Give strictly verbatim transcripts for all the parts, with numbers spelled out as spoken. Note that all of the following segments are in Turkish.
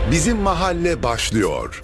Bizim Mahalle başlıyor.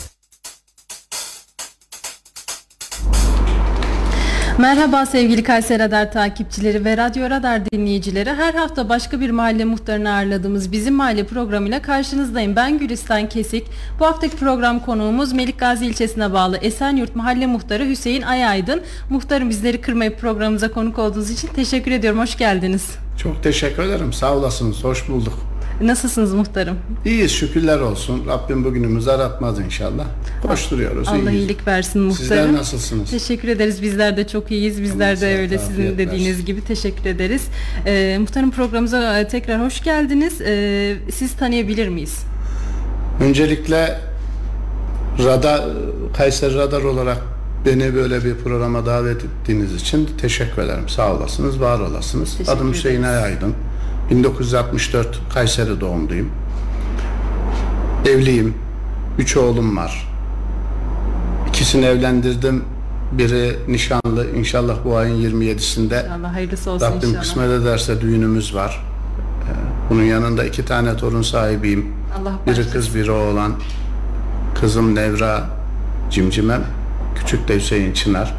Merhaba sevgili Kayseri Radar takipçileri ve Radyo Radar dinleyicileri. Her hafta başka bir mahalle muhtarını ağırladığımız Bizim Mahalle programıyla karşınızdayım. Ben Gülistan Kesik. Bu haftaki program konuğumuz Melikgazi ilçesine bağlı Esenyurt Mahalle Muhtarı Hüseyin Ayaydın. Muhtarım, bizleri kırmayıp programımıza konuk olduğunuz için teşekkür ediyorum. Hoş geldiniz. Çok teşekkür ederim. Sağ olasınız. Hoş bulduk. Nasılsınız muhtarım? İyiyiz, şükürler olsun. Rabbim bugünümüzü aratmaz inşallah. Koşturuyoruz. Allah iyiyiz. iyilik versin muhtarım. Sizler nasılsınız? Teşekkür ederiz. Bizler de çok iyiyiz. Bizler de öyle sizin dediğiniz versin. gibi teşekkür ederiz. Ee, muhtarım, programımıza tekrar hoş geldiniz. Ee, siz tanıyabilir miyiz? Öncelikle Radar, Kayseri Radar olarak beni böyle bir programa davet ettiğiniz için teşekkür ederim. Sağ olasınız, var olasınız. Teşekkür Adım Hüseyin Ayaydın. bin dokuz yüz altmış dört Kayseri doğumluyum. Evliyim. Üç oğlum var. İkisini evlendirdim. Biri nişanlı. İnşallah bu ayın yirmi yedisinde İnşallah hayırlısı olsun. Rabbim inşallah. kısmet ederse düğünümüz var. Bunun yanında iki tane torun sahibiyim. Allah biri kız, biri oğlan. Kızım Nevra Cimcimem. Küçük de Hüseyin Çınar.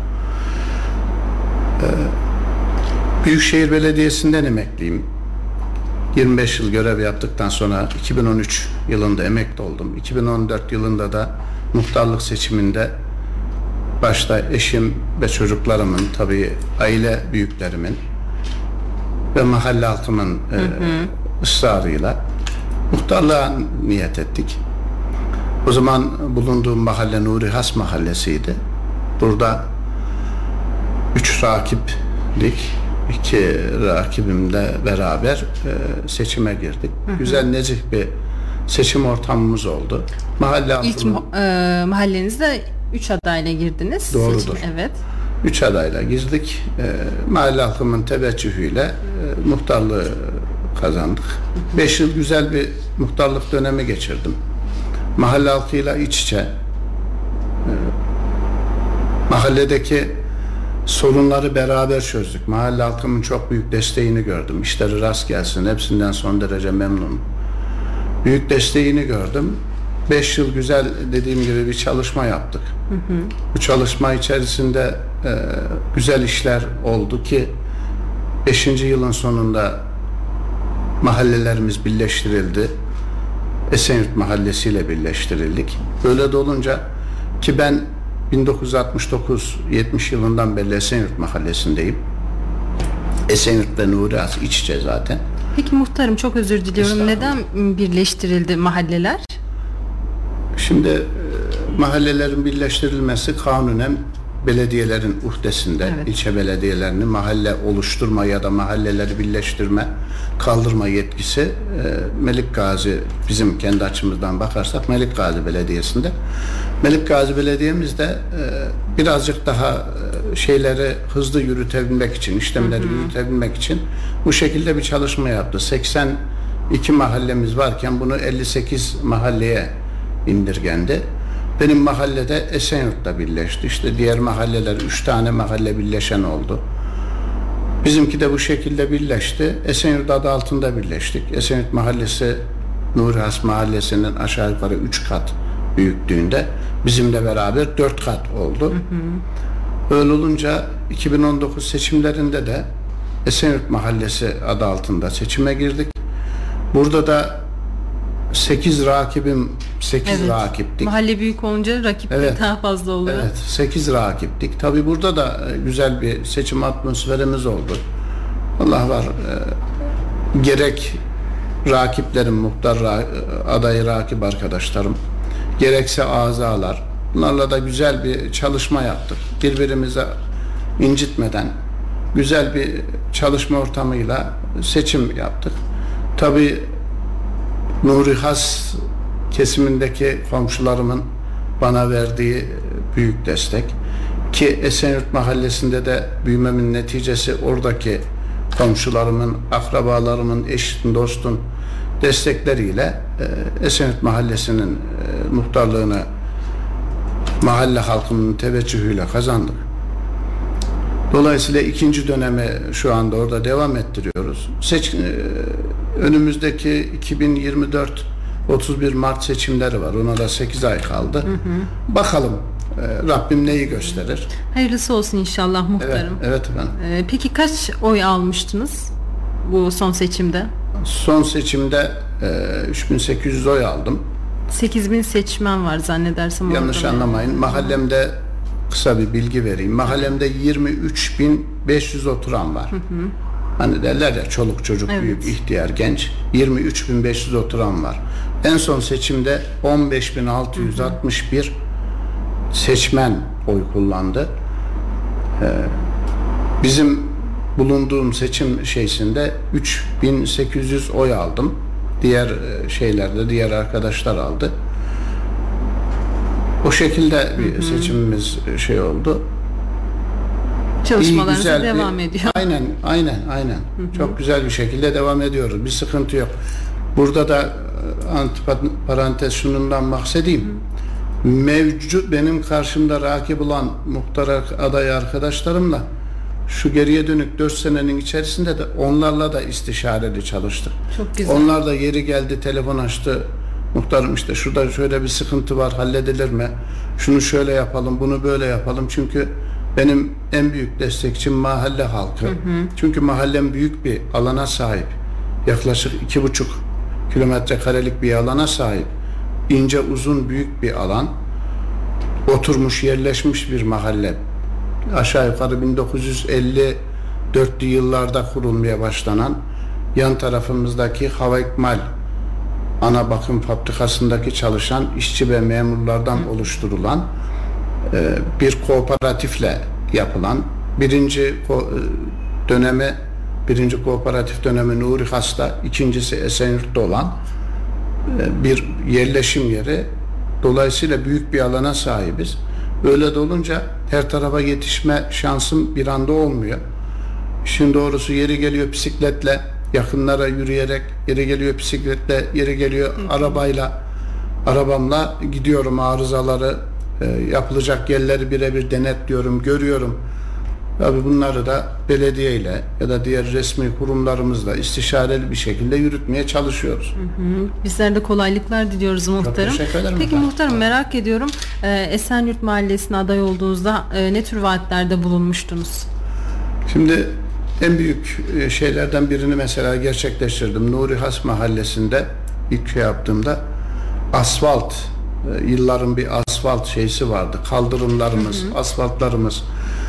Büyükşehir Belediyesi'nden emekliyim. yirmi beş yıl görev yaptıktan sonra iki bin on üç yılında emekli oldum. iki bin on dört yılında da muhtarlık seçiminde başta eşim ve çocuklarımın, tabii aile büyüklerimin ve mahalle halkımın hı hı. E, ısrarıyla muhtarlığa niyet ettik. O zaman bulunduğum mahalle Nuri Has mahallesiydi. Burada üç rakiplik, İki rakibimle beraber e, seçime girdik. Hı hı. Güzel, nezih bir seçim ortamımız oldu. Mahalle İlk mu- e, mahallenizde üç adayla girdiniz. Doğrudur. Seçim, evet. Üç adayla girdik. E, mahalle halkımın teveccühüyle e, muhtarlığı kazandık. Hı hı. Beş yıl güzel bir muhtarlık dönemi geçirdim. Mahalle halkıyla iç içe. E, mahalledeki sorunları beraber çözdük. Mahalle halkımın çok büyük desteğini gördüm. İşleri rast gelsin. Hepsinden son derece memnunum. Büyük desteğini gördüm. Beş yıl güzel, dediğim gibi bir çalışma yaptık. Hı hı. Bu çalışma içerisinde e, güzel işler oldu ki beşinci yılın sonunda mahallelerimiz birleştirildi. Esenyurt Mahallesi ile birleştirildik. Böyle de olunca ki ben bin dokuz yüz altmış dokuz yetmiş yılından beri Esenyurt Mahallesi'ndeyim. Esenyurt ve Nuri Has iç içe zaten. Peki muhtarım, çok özür diliyorum. Neden birleştirildi mahalleler? Şimdi e, mahallelerin birleştirilmesi kanunen belediyelerin uhdesinde. Evet. İlçe belediyelerini mahalle oluşturma ya da mahalleleri birleştirme, kaldırma yetkisi e, Melikgazi, bizim kendi açımızdan bakarsak Melikgazi Belediyesi'nde. Melikgazi Belediye'miz de e, birazcık daha e, şeyleri hızlı yürütebilmek için, işlemleri hı hı. yürütebilmek için bu şekilde bir çalışma yaptı. seksen iki mahallemiz varken bunu elli sekiz mahalleye indirgendi. Benim mahallede Esenyurt'ta birleşti. İşte diğer mahalleler, üç tane mahalle birleşen oldu. Bizimki de bu şekilde birleşti. Esenyurt adı altında birleştik. Esenyurt Mahallesi Nuri Has Mahallesi'nin aşağı yukarı üç kat büyüklüğünde. Bizimle beraber dört kat oldu. Hı hı. Öyle olunca iki bin on dokuz seçimlerinde de Esenyurt Mahallesi adı altında seçime girdik. Burada da sekiz rakibim, sekiz evet. rakiptik. Mahalle büyük olunca rakip evet. daha fazla oluyor. Evet, sekiz rakiptik. Tabii burada da güzel bir seçim atmosferimiz oldu. Allah var. E, gerek rakiplerim, muhtar ra- adayı rakip arkadaşlarım, gerekse azalar. Bunlarla da güzel bir çalışma yaptık. Birbirimize incitmeden güzel bir çalışma ortamıyla seçim yaptık. Tabii Nuri Has kesimindeki komşularımın bana verdiği büyük destek ki Esenyurt Mahallesi'nde de büyümemin neticesi oradaki komşularımın, akrabalarımın, eşin, dostun destekleriyle e, Esenyurt Mahallesi'nin e, muhtarlığını mahalle halkının teveccühüyle kazandık. Dolayısıyla ikinci dönemi şu anda orada devam ettiriyoruz. Seç, e, önümüzdeki iki bin yirmi dört otuz bir Mart seçimleri var. Ona da sekiz ay kaldı. Hı hı. Bakalım e, Rabbim neyi gösterir. Hayırlısı olsun inşallah muhtarım. Evet, evet efendim. Ee, peki kaç oy almıştınız bu son seçimde? Son seçimde e, üç bin sekiz yüz oy aldım. sekiz bin seçmen var zannedersem. Yanlış anlamayın. Yani. Mahallemde kısa bir bilgi vereyim. Mahallemde yirmi üç bin beş yüz oturan var. Hı hı. Hani derler ya çoluk çocuk, evet. Büyük, ihtiyar, genç. yirmi üç bin beş yüz oturan var. En son seçimde on beş bin altı yüz altmış bir hı hı. seçmen oy kullandı. Ee, bizim bulunduğum seçim şeysinde üç bin sekiz yüz oy aldım. Diğer şeylerde diğer arkadaşlar aldı. O şekilde bir hı hı. seçimimiz şey oldu. Çalışmalarınız devam ediyor. Aynen, aynen, aynen. Hı hı. Çok güzel bir şekilde devam ediyoruz. Bir sıkıntı yok. Burada da antiparantez şunundan bahsedeyim. Hı. Mevcut benim karşımda rakip olan muhtar aday arkadaşlarımla şu geriye dönük dört senenin içerisinde de onlarla da istişareli çalıştık. Çok güzel. Onlar da yeri geldi, telefon açtı. Muhtarım işte şurada şöyle bir sıkıntı var, halledilir mi? Şunu şöyle yapalım, bunu böyle yapalım. Çünkü benim en büyük destekçim mahalle halkı. Hı hı. Çünkü mahallem büyük bir alana sahip. Yaklaşık iki buçuk kilometre karelik bir alana sahip. İnce uzun büyük bir alan. Oturmuş, yerleşmiş bir mahalle. Aşağı yukarı bin dokuz yüz elli dörtlü yıllarda kurulmaya başlanan, yan tarafımızdaki Hava İkmal ana bakım fabrikasındaki çalışan işçi ve memurlardan Hı. oluşturulan e, bir kooperatifle yapılan birinci ko- dönemi birinci kooperatif dönemi Nuri Has'ta, ikincisi Esenyurt'ta olan e, bir yerleşim yeri. Dolayısıyla büyük bir alana sahibiz. Öyle de olunca her tarafa yetişme şansım bir anda olmuyor. İşin doğrusu yeri geliyor bisikletle, yakınlara yürüyerek, yeri geliyor bisikletle, yeri geliyor Hı. arabayla, arabamla gidiyorum, arızaları, e, yapılacak yerleri birebir denetliyorum, görüyorum. Tabii bunları da belediyeyle ya da diğer resmi kurumlarımızla istişareli bir şekilde yürütmeye çalışıyoruz. Hı hı. Bizler de kolaylıklar diliyoruz muhtarım. Çok teşekkür ederim. Peki muhtarım, merak ediyorum, e, Esenyurt Mahallesi'ne aday olduğunuzda e, ne tür vaatlerde bulunmuştunuz? Şimdi en büyük şeylerden birini mesela gerçekleştirdim. Nuri Has Mahallesi'nde ilk şey yaptığımda asfalt, yılların bir asfalt şeysi vardı. Kaldırımlarımız, hı hı. asfaltlarımız,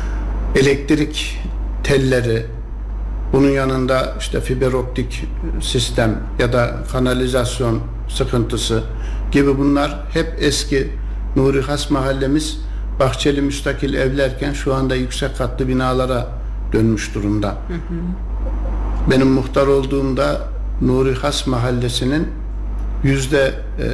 elektrik telleri, bunun yanında işte fiber optik sistem ya da kanalizasyon sıkıntısı gibi bunlar hep eski. Nuri Has mahallemiz bahçeli müstakil evlerken şu anda yüksek katlı binalara dönmüş durumda. Hı hı. Benim muhtar olduğumda Nuri Has mahallesinin yüzde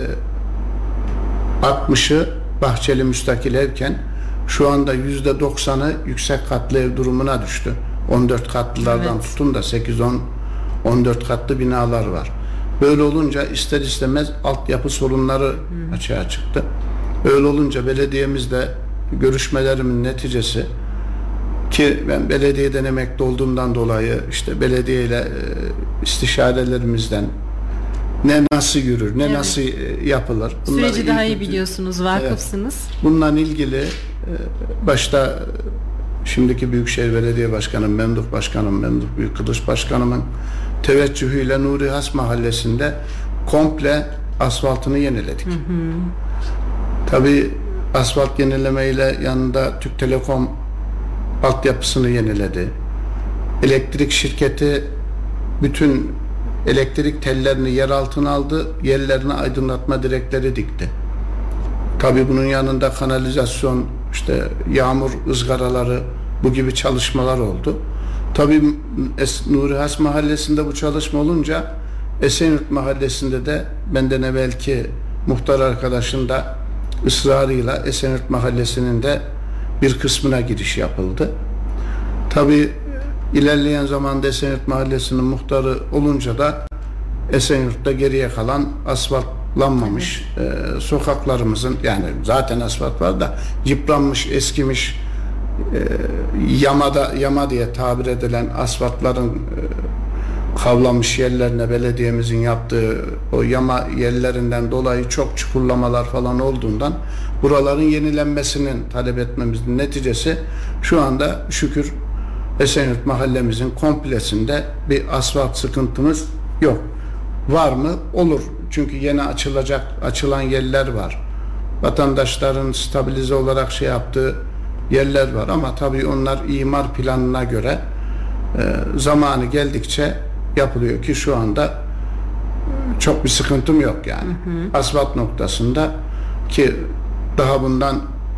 altmışı bahçeli müstakil evken şu anda yüzde doksanı yüksek katlı ev durumuna düştü. on dört katlılardan evet. tutun da sekiz on on dört katlı binalar var. Böyle olunca ister istemez altyapı sorunları Hı. açığa çıktı. Öyle olunca belediyemizde görüşmelerimin neticesi, ki ben belediyeden emekli olduğumdan dolayı işte belediyeyle e, istişarelerimizden ne nasıl yürür, ne evet. nasıl e, yapılır. Süreci ilgili, daha iyi biliyorsunuz, vakıfsınız. Evet. Bununla ilgili e, başta şimdiki Büyükşehir Belediye Başkanım, Memduh Başkanım, Memduh Büyükkılıç Başkanımın teveccühüyle Nuri Has Mahallesi'nde komple asfaltını yeniledik. Hı hı. Tabii asfalt yenilemeyle yanında Türk Telekom altyapısını yeniledi. Elektrik şirketi bütün elektrik tellerini yer altına aldı, yerlerine aydınlatma direkleri dikti. Tabii bunun yanında kanalizasyon, işte yağmur ızgaraları, bu gibi çalışmalar oldu. Tabii Nuri Has Mahallesi'nde bu çalışma olunca Esenyurt Mahallesi'nde de benden evvelki muhtar arkadaşın da ısrarıyla Esenyurt Mahallesi'nin de bir kısmına giriş yapıldı. Tabii ilerleyen zamanda Esenyurt Mahallesi'nin muhtarı olunca da Esenyurt'ta geriye kalan asfaltlanmamış e, sokaklarımızın, yani zaten asfalt var da yıpranmış, eskimiş, e, yamada yama diye tabir edilen asfaltların e, kavlamış yerlerine belediyemizin yaptığı o yama yerlerinden dolayı çok çukurlamalar falan olduğundan buraların yenilenmesinin talep etmemizin neticesi şu anda şükür Esenyurt mahallemizin komplesinde bir asfalt sıkıntımız yok. Var mı? Olur. Çünkü yeni açılacak, açılan yerler var. Vatandaşların stabilize olarak şey yaptığı yerler var ama tabii onlar imar planına göre e, zamanı geldikçe yapılıyor ki şu anda çok bir sıkıntım yok yani. Hı hı. Asfalt noktasında ki daha bundan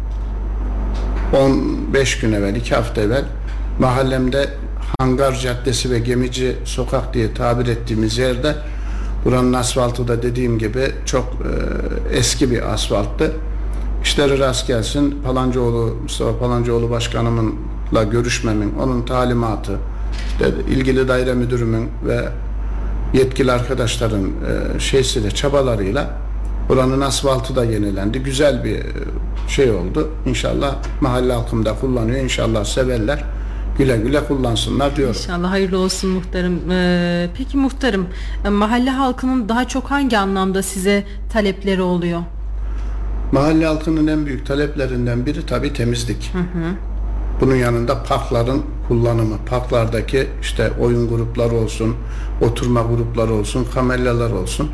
on beş gün evvel, iki hafta evvel mahallemde Hangar Caddesi ve Gemici Sokak diye tabir ettiğimiz yerde buranın asfaltı da dediğim gibi çok e, eski bir asfalttı. İşleri rast gelsin. Palancıoğlu, Mustafa Palancıoğlu başkanımınla görüşmemin, onun talimatı, işte ilgili daire müdürümün ve yetkili arkadaşların e, şeysiyle, çabalarıyla buranın asfaltı da yenilendi. Güzel bir şey oldu. İnşallah mahalle halkım da kullanıyor. İnşallah severler. Güle güle kullansınlar diyorum. İnşallah hayırlı olsun muhtarım. Ee, peki muhtarım, mahalle halkının daha çok hangi anlamda size talepleri oluyor? Mahalle halkının en büyük taleplerinden biri tabii temizlik. Hı hı. Bunun yanında parkların kullanımı. Parklardaki işte oyun grupları olsun, oturma grupları olsun, kamelyalar olsun.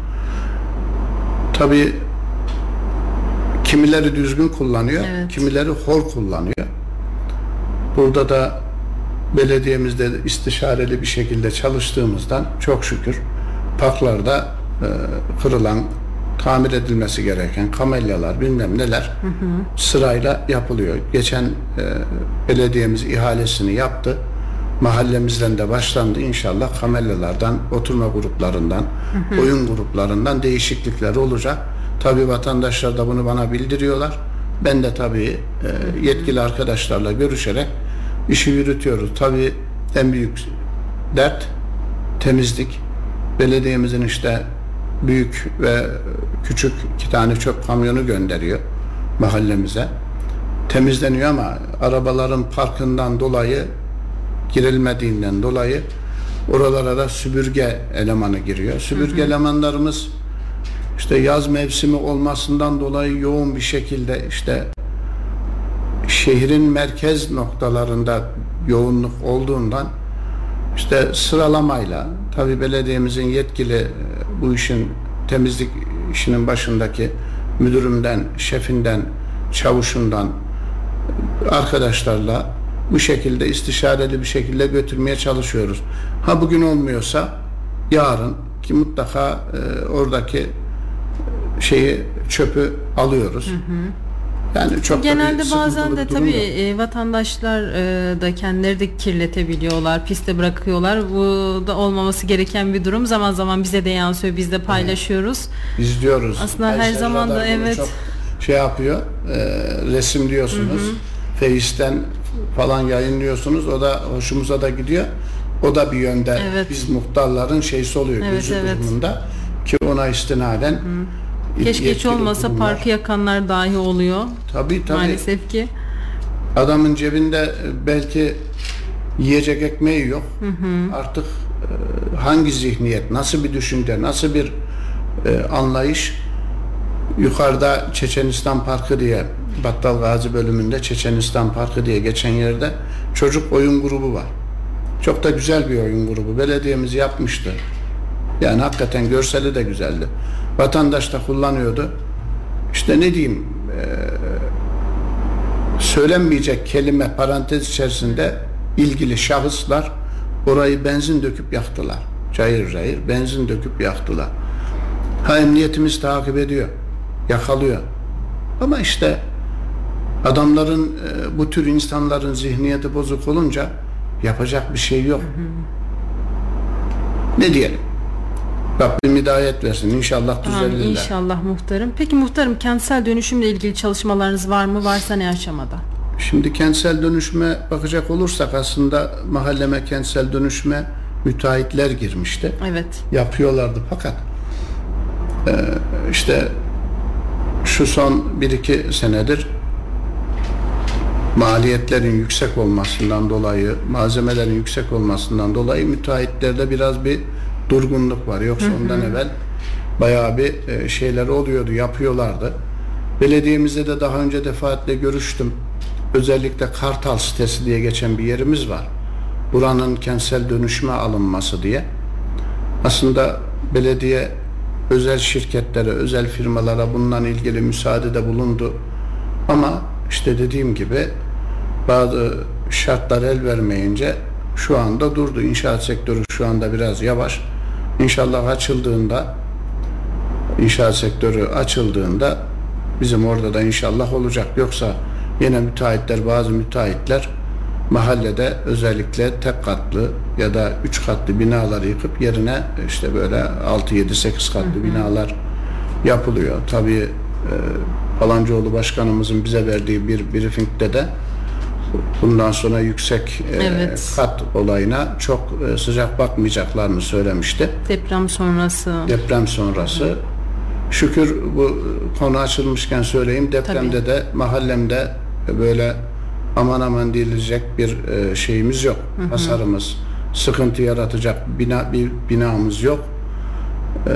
Tabii kimileri düzgün kullanıyor, evet. Kimileri hor kullanıyor. Burada da belediyemizde istişareli bir şekilde çalıştığımızdan çok şükür parklarda e, kırılan, tamir edilmesi gereken kamelyalar bilmem neler hı hı. sırayla yapılıyor. Geçen e, belediyemiz ihalesini yaptı. Mahallemizden de başlandı. İnşallah kamelyalardan, oturma gruplarından, hı hı. oyun gruplarından değişiklikler olacak. Tabii vatandaşlar da bunu bana bildiriyorlar. Ben de tabii e, yetkili arkadaşlarla görüşerek işi yürütüyoruz. Tabii en büyük dert temizlik. Belediyemizin işte büyük ve küçük iki tane çöp kamyonu gönderiyor mahallemize. Temizleniyor ama arabaların parkından dolayı, girilmediğinden dolayı oralara da süpürge elemanı giriyor. Süpürge hı hı. elemanlarımız işte yaz mevsimi olmasından dolayı yoğun bir şekilde işte şehrin merkez noktalarında yoğunluk olduğundan işte sıralamayla tabii belediyemizin yetkili bu işin temizlik işinin başındaki müdürümden, şefinden, çavuşundan arkadaşlarla bu şekilde istişareli bir şekilde götürmeye çalışıyoruz. Ha bugün olmuyorsa yarın ki mutlaka e, oradaki şeyi çöpü alıyoruz. Hı hı. Yani çok genelde bazen de tabii e, vatandaşlar e, da kendileri de kirletebiliyorlar, piste bırakıyorlar. Bu da olmaması gereken bir durum. Zaman zaman bize de yansıyor, biz de paylaşıyoruz. Evet. Biz diyoruz. Aslında Ayşe her zaman da evet. Çok şey yapıyor, e, resim diyorsunuz, Face'ten falan yayınlıyorsunuz. O da hoşumuza da gidiyor. O da bir yönde evet. Biz muhtarların şeysi oluyor, evet, gözü evet. durumunda ki ona istinaden. Hı. Keşke hiç olmasa kurumlar. Parkı yakanlar dahi oluyor. Tabii tabii. Maalesef ki. Adamın cebinde belki yiyecek ekmeği yok. Hı hı. Artık e, hangi zihniyet, nasıl bir düşünce, nasıl bir e, anlayış? Yukarıda Çeçenistan Parkı diye, Battal Gazi bölümünde Çeçenistan Parkı diye geçen yerde çocuk oyun grubu var. Çok da güzel bir oyun grubu. Belediyemiz yapmıştı. Yani hakikaten görseli de güzeldi. Vatandaş da kullanıyordu. İşte ne diyeyim, e, söylenmeyecek kelime parantez içerisinde ilgili şahıslar orayı benzin döküp yaktılar. Cayır cayır benzin döküp yaktılar. Ha emniyetimiz takip ediyor, yakalıyor. Ama işte adamların, e, bu tür insanların zihniyeti bozuk olunca yapacak bir şey yok. Hı hı. Ne diyelim? Rabbim hidayet versin. İnşallah düzelirler. İnşallah muhtarım. Peki muhtarım, kentsel dönüşümle ilgili çalışmalarınız var mı? Varsa ne aşamada? Şimdi kentsel dönüşüme bakacak olursak aslında mahalleme kentsel dönüşüme müteahhitler girmişti. Evet. Yapıyorlardı fakat e, işte şu son bir iki senedir maliyetlerin yüksek olmasından dolayı, malzemelerin yüksek olmasından dolayı müteahhitlerde biraz bir durgunluk var. Yoksa hı hı. ondan evvel bayağı bir şeyler oluyordu, yapıyorlardı. Belediyemizde de daha önce defaatle görüştüm. Özellikle Kartal sitesi diye geçen bir yerimiz var. Buranın kentsel dönüşüme alınması diye. Aslında belediye özel şirketlere, özel firmalara bununla ilgili müsaadede bulundu. Ama işte dediğim gibi bazı şartlar el vermeyince şu anda durdu. İnşaat sektörü şu anda biraz yavaş. İnşallah açıldığında, inşaat sektörü açıldığında bizim orada da inşallah olacak. Yoksa yine müteahhitler, bazı müteahhitler mahallede özellikle tek katlı ya da üç katlı binaları yıkıp yerine işte böyle altı yedi sekiz katlı hı hı. binalar yapılıyor. Tabii e, Palancıoğlu Başkanımızın bize verdiği bir briefingde de bundan sonra yüksek e, evet. kat olayına çok e, sıcak bakmayacaklarını söylemişti. Deprem sonrası. Deprem sonrası. Hı. Şükür bu konu açılmışken söyleyeyim. Depremde Tabii. de mahallemde böyle aman aman diyilecek bir e, şeyimiz yok. Hı hı. Hasarımız, sıkıntı yaratacak bina bir binamız yok. E,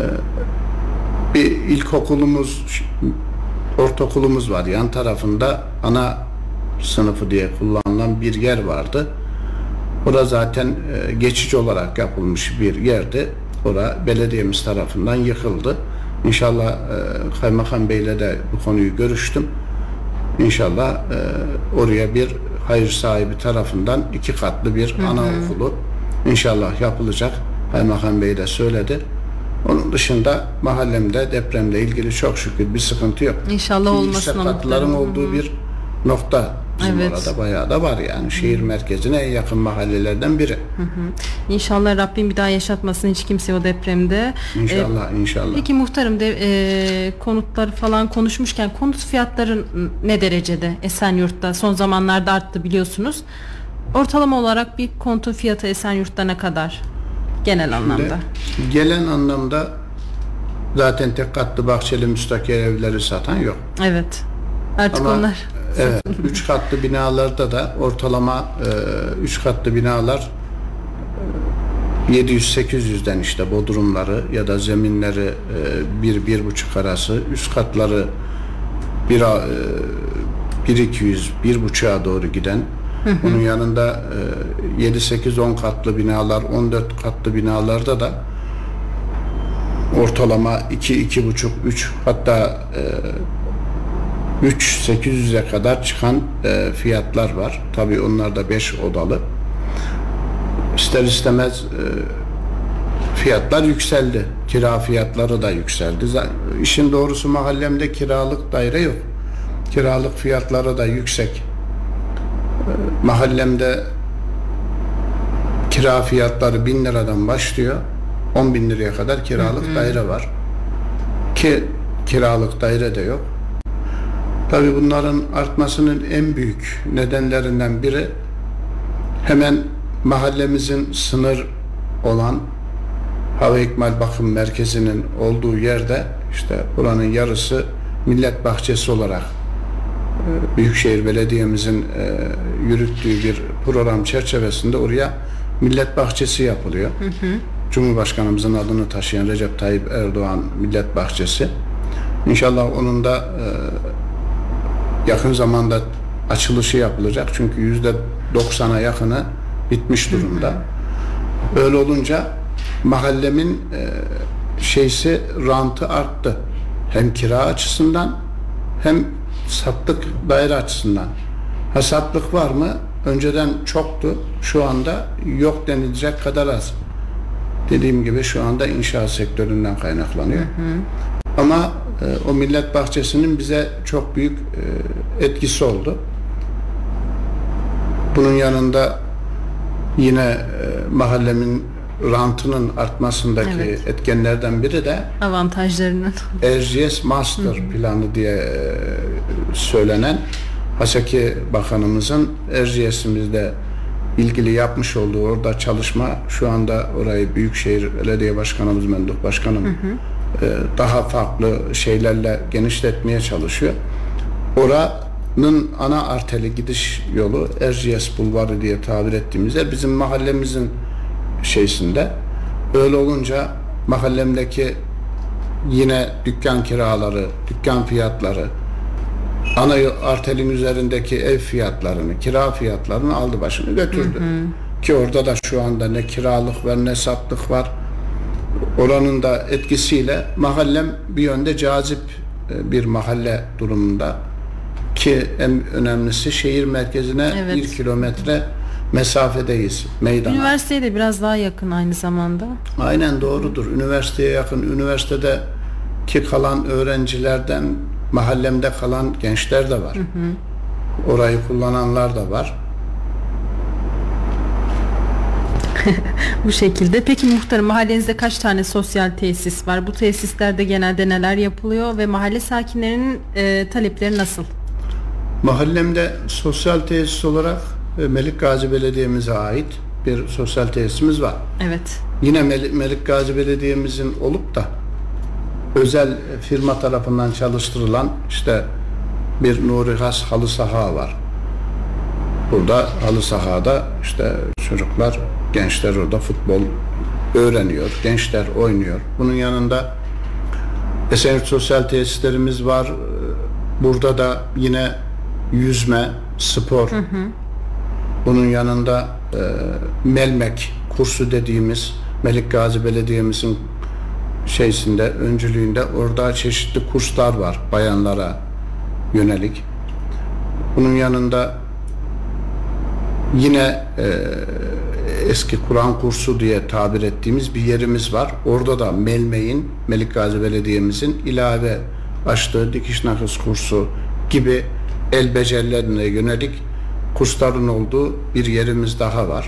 bir ilkokulumuz, ortaokulumuz var. Yan tarafında ana sınıfı diye kullanılan bir yer vardı. Orada zaten e, geçici olarak yapılmış bir yerdi. Orada belediyemiz tarafından yıkıldı. İnşallah e, Kaymakam Bey'le de bu konuyu görüştüm. İnşallah e, oraya bir hayır sahibi tarafından iki katlı bir hı hı. anaokulu inşallah yapılacak. Kaymakam Bey de söyledi. Onun dışında mahallemde depremle ilgili çok şükür bir sıkıntı yok. İnşallah olmasın. Yüksek katların olduğu bir nokta bizim evet. orada bayağı da var yani. Şehir merkezine en yakın mahallelerden biri. Hı hı. İnşallah Rabbim bir daha yaşatmasın hiç kimse o depremde. İnşallah ee, inşallah. Peki muhtarım de, e, konutları falan konuşmuşken konut fiyatları ne derecede Esenyurt'ta? Son zamanlarda arttı biliyorsunuz. Ortalama olarak bir konutun fiyatı Esenyurt'ta ne kadar? Genel anlamda. Şimdi, gelen anlamda zaten tek katlı bahçeli müstakil evleri satan yok. Evet. Artık Ama, onlar. Evet. Üç katlı binalarda da ortalama e, üç katlı binalar e, yedi yüz sekiz yüzden işte bodrumları ya da zeminleri e, bir bir buçuk arası, üst katları bir e, bir iki yüz bir buçuğa doğru giden. Hı hı. Bunun yanında e, yedi sekiz on katlı binalar, on dört katlı binalarda da ortalama iki iki buçuk üç hatta e, üç sekiz yüze kadar çıkan e, fiyatlar var. Tabii onlar da beş odalı. İster istemez e, fiyatlar yükseldi. Kira fiyatları da yükseldi. İşin doğrusu mahallemde kiralık daire yok. Kiralık fiyatları da yüksek. Mahallemde kira fiyatları bin liradan başlıyor. on bin liraya kadar kiralık hı hı. daire var. Ki kiralık daire de yok. Tabii bunların artmasının en büyük nedenlerinden biri hemen mahallemizin sınır olan Hava İkmal Bakım Merkezi'nin olduğu yerde işte buranın yarısı millet bahçesi olarak Büyükşehir Belediye'mizin e, yürüttüğü bir program çerçevesinde oraya millet bahçesi yapılıyor. Hı hı. Cumhurbaşkanımızın adını taşıyan Recep Tayyip Erdoğan Millet Bahçesi. İnşallah onun da e, yakın zamanda açılışı yapılacak. Çünkü yüzde doksana yakını bitmiş durumda. Hı hı. Öyle olunca mahallemin e, şeysi rantı arttı. Hem kira açısından hem satlık daire açısından. Ha, satlık var mı? Önceden çoktu. Şu anda yok denilecek kadar az. Dediğim gibi şu anda inşaat sektöründen kaynaklanıyor. Hı hı. Ama e, o millet bahçesinin bize çok büyük e, etkisi oldu. Bunun yanında yine e, mahallemin rantının artmasındaki evet. etkenlerden biri de avantajlarının R G S Master hı hı. planı diye e, söylenen Haseki Bakanımızın R G S'imizde ilgili yapmış olduğu orada çalışma şu anda orayı Büyükşehir Belediye Başkanımız Memduh Başkanım hı hı. E, daha farklı şeylerle genişletmeye çalışıyor. Ora Nın ana arteri gidiş yolu Erciyes Bulvarı diye tabir ettiğimiz yer bizim mahallemizin şeysinde. Öyle olunca mahallemdeki yine dükkan kiraları, dükkan fiyatları, ana arterin üzerindeki ev fiyatlarını, kira fiyatlarını aldı başını götürdü. Hı hı. Ki orada da şu anda ne kiralık var ne satlık var. Oranın da etkisiyle mahallem bir yönde cazip bir mahalle durumunda. Ki en önemlisi şehir merkezine evet. bir kilometre mesafedeyiz meydana. Üniversiteye de biraz daha yakın aynı zamanda. Aynen doğrudur. Üniversiteye yakın. Üniversitede ki kalan öğrencilerden mahallemde kalan gençler de var. Hı hı. Orayı kullananlar da var. Bu şekilde. Peki muhtarım, mahallenizde kaç tane sosyal tesis var? Bu tesislerde genelde neler yapılıyor ve mahalle sakinlerinin e, talepleri nasıl? Mahallemde sosyal tesis olarak Melik Gazi Belediye'mize ait bir sosyal tesisimiz var. Evet. Yine Melik, Melik Gazi Belediye'mizin olup da özel firma tarafından çalıştırılan işte bir Nuri Has halı saha var. Burada halı sahada işte çocuklar, gençler orada futbol öğreniyor, gençler oynuyor. Bunun yanında Esenyurt sosyal tesislerimiz var. Burada da yine yüzme, spor. Hı hı. Bunun yanında e, Melmek kursu dediğimiz Melik Gazi Belediye'mizin şeysinde, öncülüğünde orada çeşitli kurslar var bayanlara yönelik. Bunun yanında yine e, eski Kur'an kursu diye tabir ettiğimiz bir yerimiz var. Orada da Melmek'in, Melik Gazi Belediye'mizin ilave açtığı dikiş nakış kursu gibi el becerilerine yönelik kursların olduğu bir yerimiz daha var.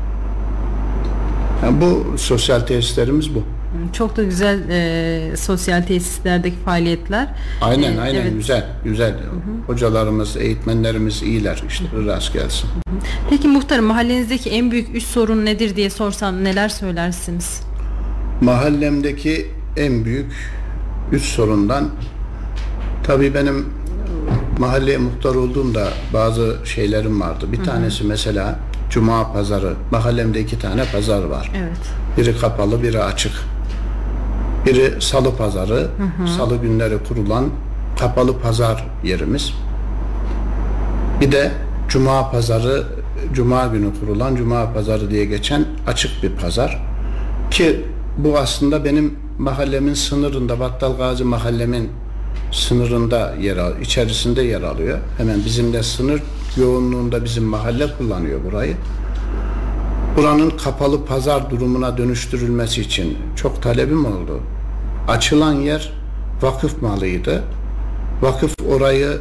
Yani bu sosyal tesislerimiz bu. Çok da güzel e, sosyal tesislerdeki faaliyetler. Aynen, aynen evet. güzel, güzel. Hı hı. Hocalarımız, eğitmenlerimiz iyiler. İşte rast gelsin. Hı hı. Peki muhtarım, mahallenizdeki en büyük üç sorun nedir diye sorsam neler söylersiniz? Mahallemdeki en büyük üç sorundan tabii benim mahalleye muhtar olduğumda bazı şeylerim vardı. Bir hı hı. tanesi mesela Cuma pazarı. Mahallemde iki tane pazar var. Evet. Biri kapalı, biri açık. Biri salı pazarı. Hı hı. Salı günleri kurulan kapalı pazar yerimiz. Bir de Cuma pazarı, Cuma günü kurulan Cuma pazarı diye geçen açık bir pazar. Ki bu aslında benim mahallemin sınırında, Battal Gazi mahallemin sınırında yer al, içerisinde yer alıyor. Hemen bizimle sınır yoğunluğunda bizim mahalle kullanıyor burayı. Buranın kapalı pazar durumuna dönüştürülmesi için çok talebim oldu. Açılan yer vakıf malıydı. Vakıf orayı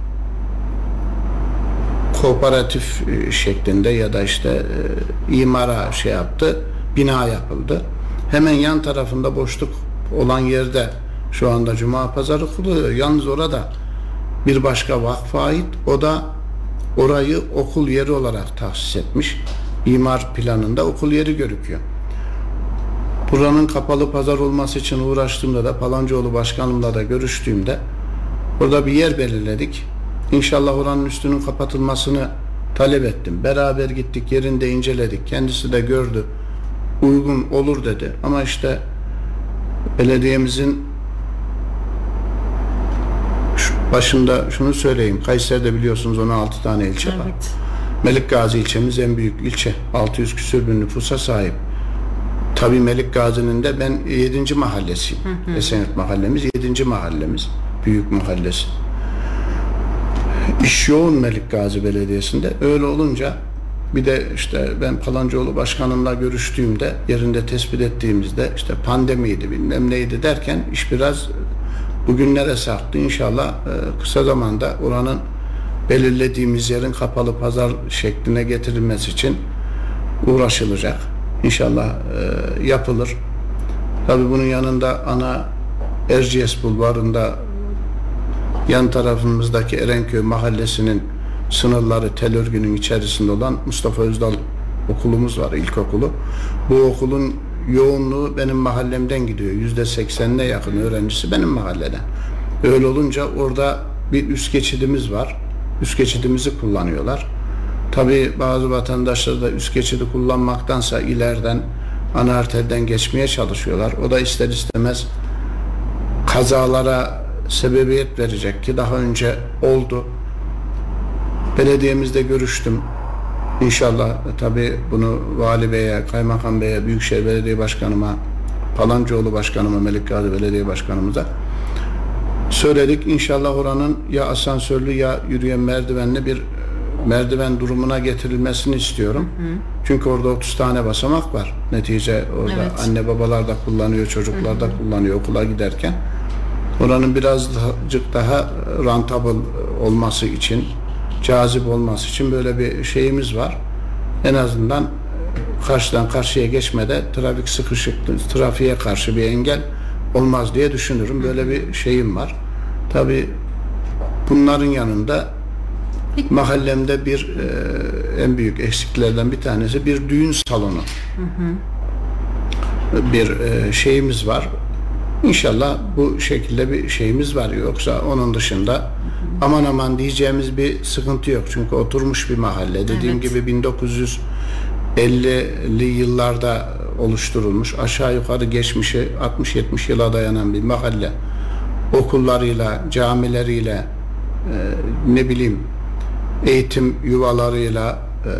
kooperatif şeklinde ya da işte e, imara şey yaptı, bina yapıldı. Hemen yan tarafında boşluk olan yerde şu anda Cuma pazarı kuruluyor. Yalnız orada bir başka vakfa ait. O da orayı okul yeri olarak tahsis etmiş. İmar planında okul yeri görüküyor. Buranın kapalı pazar olması için uğraştığımda da Palancıoğlu Başkanımla da görüştüğümde orada bir yer belirledik. İnşallah oranın üstünün kapatılmasını talep ettim. Beraber gittik, yerinde inceledik. Kendisi de gördü. Uygun olur dedi. Ama işte belediyemizin başında şunu söyleyeyim. Kayseri'de biliyorsunuz on altı tane ilçe evet. var. Melik Gazi ilçemiz en büyük ilçe. altı yüz küsür bin nüfusa sahip. Tabii Melik Gazi'nin de ben yedinci mahallesiyim. Hı hı. Esenyurt mahallemiz yedinci mahallemiz. Büyük mahallesi. İş yoğun Melik Gazi Belediyesi'nde. Öyle olunca bir de işte ben Palancıoğlu Başkanımla görüştüğümde, yerinde tespit ettiğimizde işte pandemiydi bilmem neydi derken iş biraz bugünlere sarktı. İnşallah kısa zamanda oranın belirlediğimiz yerin kapalı pazar şekline getirilmesi için uğraşılacak. İnşallah e, yapılır. Tabii bunun yanında ana Erciyes Bulvarı'nda yan tarafımızdaki Erenköy Mahallesi'nin sınırları tel örgünün içerisinde olan Mustafa Özdal okulumuz var, ilkokulu. Bu okulun yoğunluğu benim mahallemden gidiyor. Yüzde seksenine yakın öğrencisi benim mahalleden. Öyle olunca orada bir üst geçidimiz var. üst geçidimizi kullanıyorlar. Tabii bazı vatandaşlar da üst geçidi kullanmaktansa ileriden ana arterden geçmeye çalışıyorlar. O da ister istemez kazalara sebebiyet verecek ki daha önce oldu. Belediyemizde görüştüm. İnşallah tabii bunu Vali Bey'e, Kaymakam Bey'e, Büyükşehir Belediye Başkanıma, Palancıoğlu Başkanıma, Melikgazi Belediye Başkanımıza söyledik. İnşallah oranın ya asansörlü ya yürüyen merdivenli bir merdiven durumuna getirilmesini istiyorum. Hı. Çünkü orada otuz tane basamak var. Netice orada evet. Anne babalar da kullanıyor, çocuklar hı hı. da kullanıyor okula giderken. Oranın birazcık daha rentable olması için, cazip olması için böyle bir şeyimiz var. En azından karşıdan karşıya geçmede trafik sıkışıklığı, trafiğe karşı bir engel olmaz diye düşünürüm. Böyle bir şeyim var. Tabii bunların yanında mahallemde bir e, en büyük eksiklerden bir tanesi bir düğün salonu. Hı hı. Bir e, şeyimiz var. İnşallah bu şekilde bir şeyimiz var. Yoksa onun dışında hı hı. aman aman diyeceğimiz bir sıkıntı yok. Çünkü oturmuş bir mahalle. Dediğim evet. gibi bin dokuz yüz ellili yıllarda oluşturulmuş. Aşağı yukarı geçmişi altmış yetmiş yıla dayanan bir mahalle. Okullarıyla, camileriyle, e, ne bileyim eğitim yuvalarıyla, e,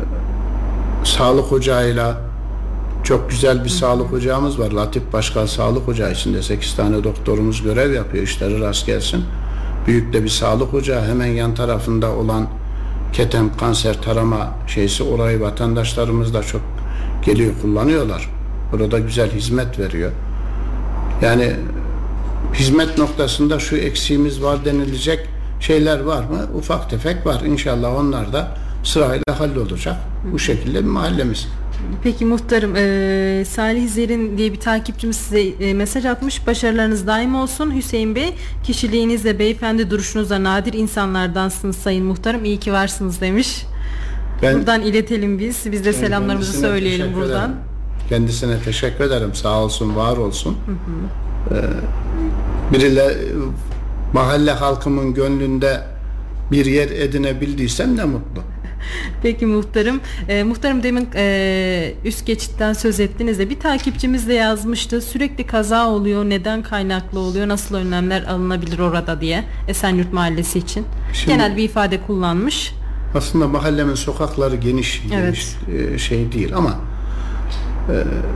sağlık ocağıyla, çok güzel bir Hı. sağlık ocağımız var. Latif Başkan Sağlık Ocağı içinde sekiz tane doktorumuz görev yapıyor. İşleri rast gelsin. Büyük de bir sağlık ocağı. Hemen yan tarafında olan Ketem kanser tarama şeysi, orayı vatandaşlarımız da çok geliyor, kullanıyorlar. Orada güzel hizmet veriyor. Yani hizmet noktasında şu eksiğimiz var denilecek şeyler var mı? Ufak tefek var. İnşallah onlar da sırayla hallolacak. Bu şekilde bir mahallemiz. Peki muhtarım, e, Salih Zerrin diye bir takipçimiz size e, mesaj atmış. Başarılarınız daim olsun Hüseyin Bey. Kişiliğinizle, beyefendi duruşunuzla nadir insanlardansınız sayın muhtarım. İyi ki varsınız demiş. Ben, buradan iletelim biz. Biz de selamlarımızı söyleyelim buradan. Ederim. Kendisine teşekkür ederim. Sağ olsun, var olsun. Hı hı. Ee, biriyle mahalle halkımın gönlünde bir yer edinebildiysem ne mutlu. Peki muhtarım. E, muhtarım demin e, üst geçitten söz ettiniz de bir takipçimiz de yazmıştı. Sürekli kaza oluyor. Neden kaynaklı oluyor? Nasıl önlemler alınabilir orada diye. Esenyurt Mahallesi için. Şimdi, genel bir ifade kullanmış. Aslında mahallemin sokakları geniş, geniş evet. e, şey değil ama e,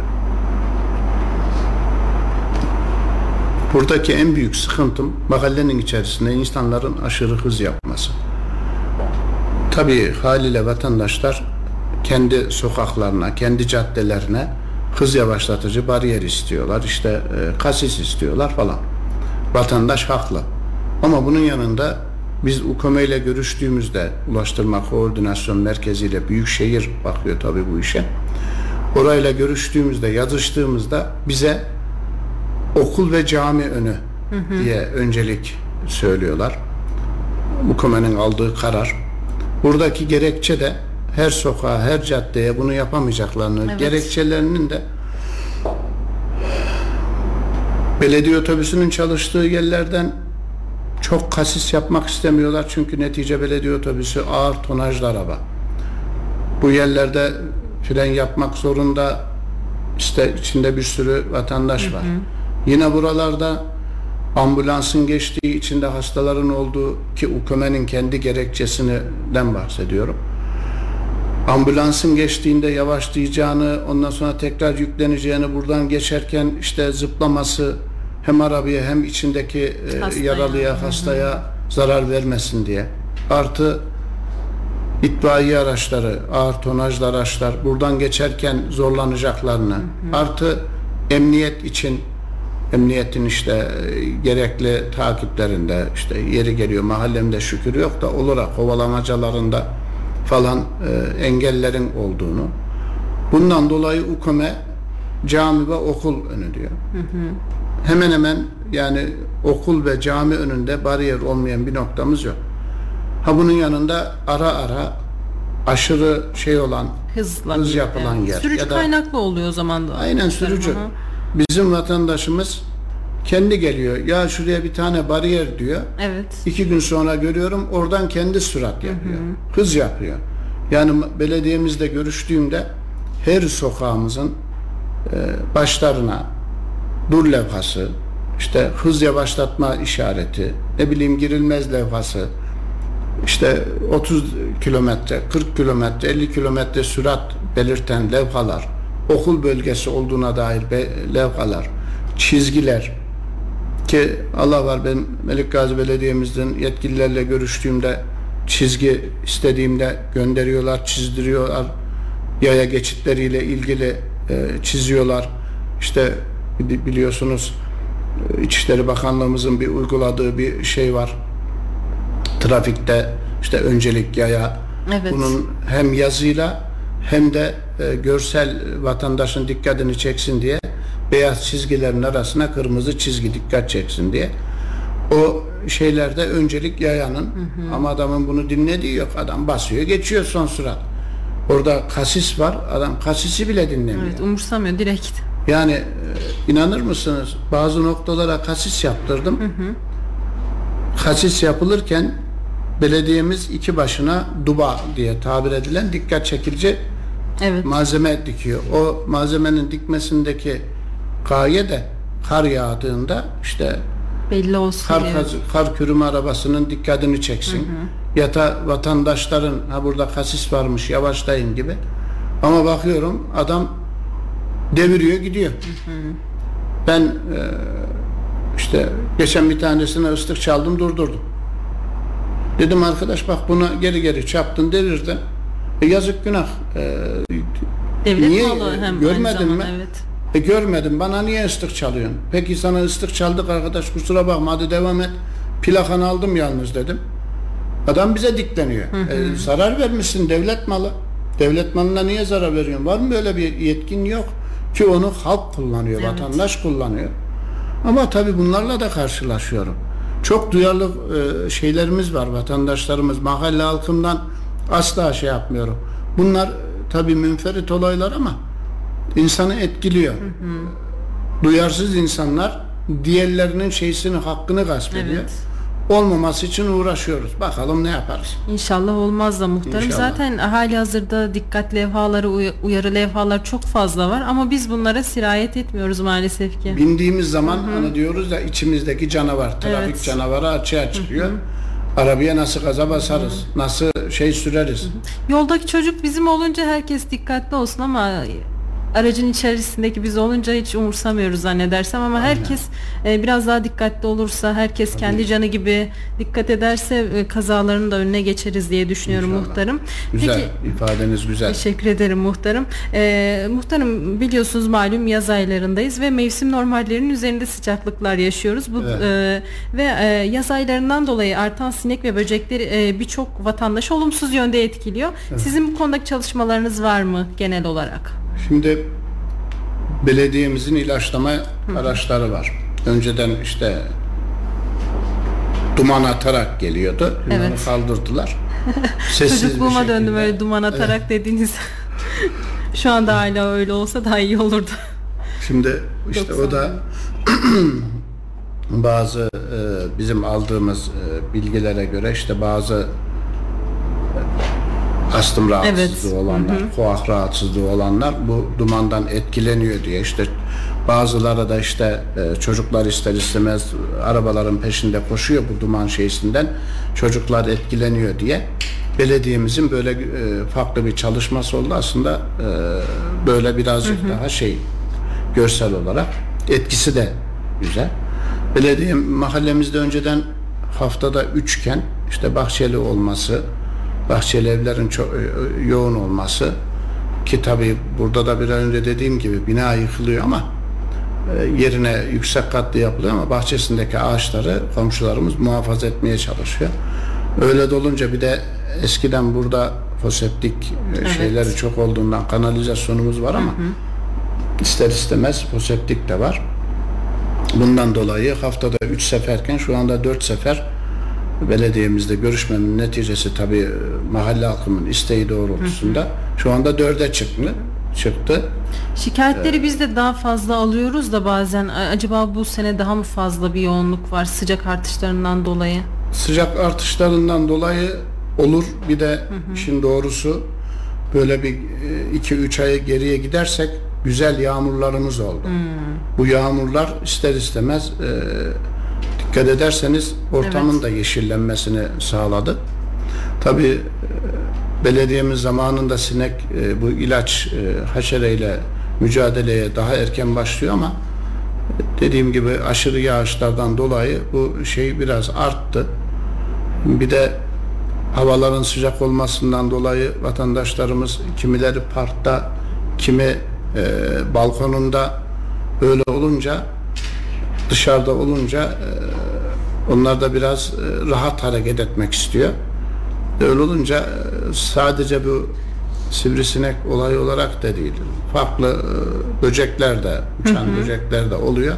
buradaki en büyük sıkıntım mahallenin içerisinde insanların aşırı hız yapması. Tabii haliyle vatandaşlar kendi sokaklarına, kendi caddelerine hız yavaşlatıcı bariyer istiyorlar. İşte e, kasis istiyorlar falan. Vatandaş haklı. Ama bunun yanında biz U K M ile görüştüğümüzde, Ulaştırma Koordinasyon Merkezi ile Büyükşehir bakıyor tabii bu işe. Orayla görüştüğümüzde, yazıştığımızda bize okul ve cami önü hı hı. diye öncelik söylüyorlar. U K M'nin aldığı karar. Buradaki gerekçe de her sokağa, her caddeye bunu yapamayacaklarını, evet. gerekçelerinin de belediye otobüsünün çalıştığı yerlerden çok kasis yapmak istemiyorlar. Çünkü netice belediye otobüsü ağır tonajlı araba. Bu yerlerde fren yapmak zorunda, işte içinde bir sürü vatandaş var. Hı hı. Yine buralarda ambulansın geçtiği, içinde hastaların olduğu, ki U K M'nin kendi gerekçesinden bahsediyorum. Ambulansın geçtiğinde yavaşlayacağını, ondan sonra tekrar yükleneceğini, buradan geçerken işte zıplaması hem arabaya hem içindeki hastaya, yaralıya, hastaya hı hı. zarar vermesin diye. Artı itfaiye araçları, ağır tonajlı araçlar buradan geçerken zorlanacaklarını, hı hı. artı emniyet için, emniyetin işte gerekli takiplerinde, işte yeri geliyor mahallemde şükür yok da olarak kovalamacalarında falan e, engellerin olduğunu. Bundan dolayı U K M cami ve okul önü diyor. Hı hı. Hemen hemen yani okul ve cami önünde bariyer olmayan bir noktamız yok. Ha bunun yanında ara ara aşırı şey olan, Hızla hız yapılan evet. yer. Sürücü ya da, kaynaklı oluyor o zaman da. Aynen sürücü. Hı hı. Bizim vatandaşımız kendi geliyor. Ya şuraya bir tane bariyer diyor. Evet. İki gün sonra görüyorum oradan kendi sürat yapıyor. Hı hı. Hız yapıyor. Yani belediyemizde görüştüğümde her sokağımızın e, başlarına dur levhası, işte hız yavaşlatma işareti, ne bileyim girilmez levhası, işte otuz kilometre, kırk kilometre, elli kilometre sürat belirten levhalar, okul bölgesi olduğuna dair levhalar, çizgiler ki Allah var, ben Melikgazi Belediye'mizden yetkililerle görüştüğümde çizgi istediğimde gönderiyorlar, çizdiriyorlar, yaya geçitleriyle ilgili e, çiziyorlar. İşte biliyorsunuz İçişleri Bakanlığımızın bir uyguladığı bir şey var. Trafikte işte öncelik yaya. Evet. Bunun hem yazıyla hem de e, görsel vatandaşın dikkatini çeksin diye beyaz çizgilerin arasına kırmızı çizgi dikkat çeksin diye. O şeylerde öncelik yayanın, hı hı. Ama adamın bunu dinlediği yok. Adam basıyor, geçiyor son sürat. Orada kasis var. Adam kasisi bile dinlemiyor. Evet, umursamıyor direkt. Yani e, inanır mısınız? Bazı noktalara kasis yaptırdım. Hı hı. Kasis yapılırken belediyemiz iki başına duba diye tabir edilen dikkat çekici, evet, malzeme dikiyor. O malzemenin dikmesindeki gaye de kar yağdığında işte belli olsun kar, kaz, kar kürüme arabasının dikkatini çeksin. Hı hı. Ya da vatandaşların ha burada kasis varmış yavaşlayın gibi. Ama bakıyorum adam deviriyor gidiyor. Hı hı. Ben e, işte geçen bir tanesine ıslık çaldım, durdurdum. Dedim arkadaş bak buna geri geri çarptın, delirdin. E, yazık günah. E, Devlet niye malı hem görmedin mi? Evet. E, görmedim. Bana niye ıslık çalıyorsun? Peki sana ıslık çaldık arkadaş, kusura bakma, hadi devam et. Plakanı aldım yalnız dedim. Adam bize dikleniyor. Hı hı. E, zarar vermişsin, devlet malı. Devlet malına niye zarar veriyorsun? Var mı böyle bir yetkin? Yok. Ki onu halk kullanıyor, evet, vatandaş kullanıyor. Ama tabii bunlarla da karşılaşıyorum. Çok duyarlı e, şeylerimiz var, vatandaşlarımız. Mahalle halkından asla şey yapmıyorum. Bunlar tabii münferit olaylar ama insanı etkiliyor. Hı hı. Duyarsız insanlar diğerlerinin şeysini, hakkını gasp ediyor. Evet. Olmaması için uğraşıyoruz. Bakalım ne yaparız. İnşallah olmaz da muhtarım. İnşallah. Zaten hali hazırda dikkat levhaları, uyarı levhalar çok fazla var ama biz bunlara sirayet etmiyoruz maalesef ki. Bindiğimiz zaman, hı-hı, hani diyoruz ya, içimizdeki canavar, trafik, evet, canavarı açığa çıkıyor. Hı-hı. Arabaya nasıl gaza basarız? Hı-hı. Nasıl şey süreriz? Hı-hı. Yoldaki çocuk bizim olunca herkes dikkatli olsun ama aracın içerisindeki biz olunca hiç umursamıyoruz zannedersem ama aynen, herkes e, biraz daha dikkatli olursa, herkes tabii kendi canı gibi dikkat ederse e, kazaların da önüne geçeriz diye düşünüyorum. İnşallah. Muhtarım. Güzel, peki, ifadeniz güzel. Teşekkür ederim muhtarım. E, muhtarım biliyorsunuz malum yaz aylarındayız ve mevsim normallerinin üzerinde sıcaklıklar yaşıyoruz. Bu evet. e, ve e, yaz aylarından dolayı artan sinek ve böcekleri e, birçok vatandaşı olumsuz yönde etkiliyor. Evet. Sizin bu konudaki çalışmalarınız var mı genel olarak? Şimdi belediyemizin ilaçlama Hı. araçları var. Önceden işte duman atarak geliyordu. Bunları evet. kaldırdılar. Çocukluğuma döndüm öyle duman atarak evet. dediğiniz. Şu anda hala öyle olsa daha iyi olurdu. Şimdi işte o da bazı e, bizim aldığımız e, bilgilere göre işte bazı astım rahatsızlığı evet. olanlar, hı hı. koah rahatsızlığı olanlar bu dumandan etkileniyor diye, işte bazıları da işte e, çocuklar ister istemez arabaların peşinde koşuyor bu duman şeysinden, çocuklar etkileniyor diye belediyemizin böyle e, farklı bir çalışması oldu aslında, e, böyle birazcık hı hı. daha şey, görsel olarak etkisi de güzel. Belediye mahallemizde önceden haftada üçken işte bahçeli olması, bahçeli evlerin çok yoğun olması ki tabii burada da bir önce dediğim gibi bina yıkılıyor ama yerine yüksek katlı yapılıyor ama bahçesindeki ağaçları komşularımız muhafaza etmeye çalışıyor. Öyle dolunca bir de eskiden burada foseptik evet. şeyleri çok olduğundan kanalizasyonumuz var ama hı hı. ister istemez foseptik de var. Bundan dolayı haftada üç seferken şu anda dört sefer belediyemizde görüşmenin neticesi tabii mahalle halkının isteği doğrultusunda hı hı. şu anda dörde çıktı. çıktı. Şikayetleri biz de daha fazla alıyoruz da bazen acaba bu sene daha mı fazla bir yoğunluk var sıcak artışlarından dolayı? Sıcak artışlarından dolayı olur. Bir de hı hı. işin doğrusu böyle bir iki üç ay geriye gidersek güzel yağmurlarımız oldu. Hmm. Bu yağmurlar ister istemez e, dikkat ederseniz ortamın evet. da yeşillenmesini sağladı. Tabii e, belediyemiz zamanında sinek e, bu ilaç e, haşereyle mücadeleye daha erken başlıyor ama dediğim gibi aşırı yağışlardan dolayı bu şey biraz arttı. Bir de havaların sıcak olmasından dolayı vatandaşlarımız kimileri parkta, kimi e, balkonunda, öyle olunca dışarıda olunca e, onlar da biraz e, rahat hareket etmek istiyor. Öyle olunca e, sadece bu sivrisinek olayı olarak da değil, farklı e, böcekler de, uçan hı hı. böcekler de oluyor.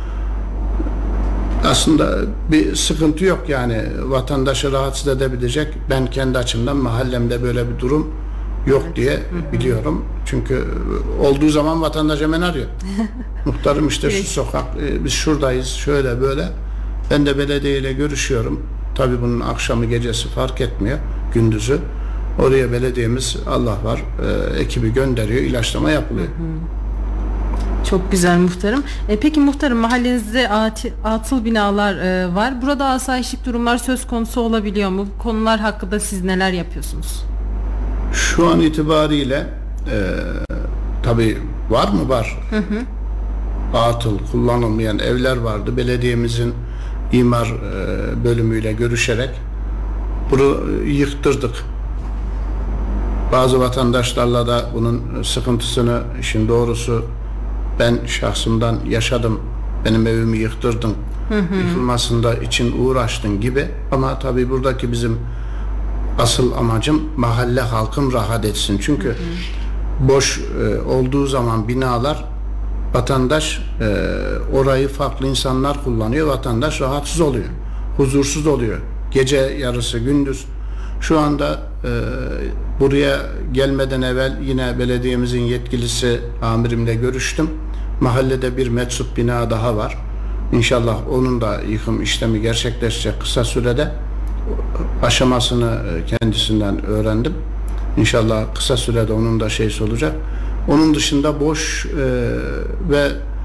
Aslında bir sıkıntı yok yani, vatandaşı rahatsız edebilecek. Ben kendi açımdan mahallemde böyle bir durum yok evet. diye hı hı. biliyorum. Çünkü olduğu zaman vatandaş hemen arıyor. Muhtarım işte şu sokak, biz şuradayız, şöyle böyle. Ben de belediyeyle görüşüyorum. Tabii bunun akşamı gecesi fark etmiyor, gündüzü. Oraya belediyemiz Allah var e, ekibi gönderiyor, ilaçlama yapılıyor. Hı hı. Çok güzel muhtarım. E, peki muhtarım, mahallenizde at, atıl binalar e, var. Burada asayişlik durumlar söz konusu olabiliyor mu? Bu konular hakkında siz neler yapıyorsunuz? Şu an itibariyle e, tabii var mı? Var. Hı hı. Atıl, kullanılmayan evler vardı. Belediyemizin imar e, bölümüyle görüşerek bunu yıktırdık. Bazı vatandaşlarla da bunun sıkıntısını, işin doğrusu ben şahsımdan yaşadım. Benim evimi yıktırdın, hı hı. yıkılmasında için uğraştın gibi. Ama tabii buradaki bizim asıl amacım mahalle halkım rahat etsin. Çünkü hı hı. boş e, olduğu zaman binalar, vatandaş e, orayı farklı insanlar kullanıyor. Vatandaş rahatsız oluyor, huzursuz oluyor. Gece yarısı, gündüz. Şu anda e, buraya gelmeden evvel yine belediyemizin yetkilisi amirimle görüştüm. Mahallede bir metsup bina daha var. İnşallah onun da yıkım işlemi gerçekleşecek kısa sürede. Aşamasını kendisinden öğrendim. İnşallah kısa sürede onun da şeysi olacak. Onun dışında boş e, ve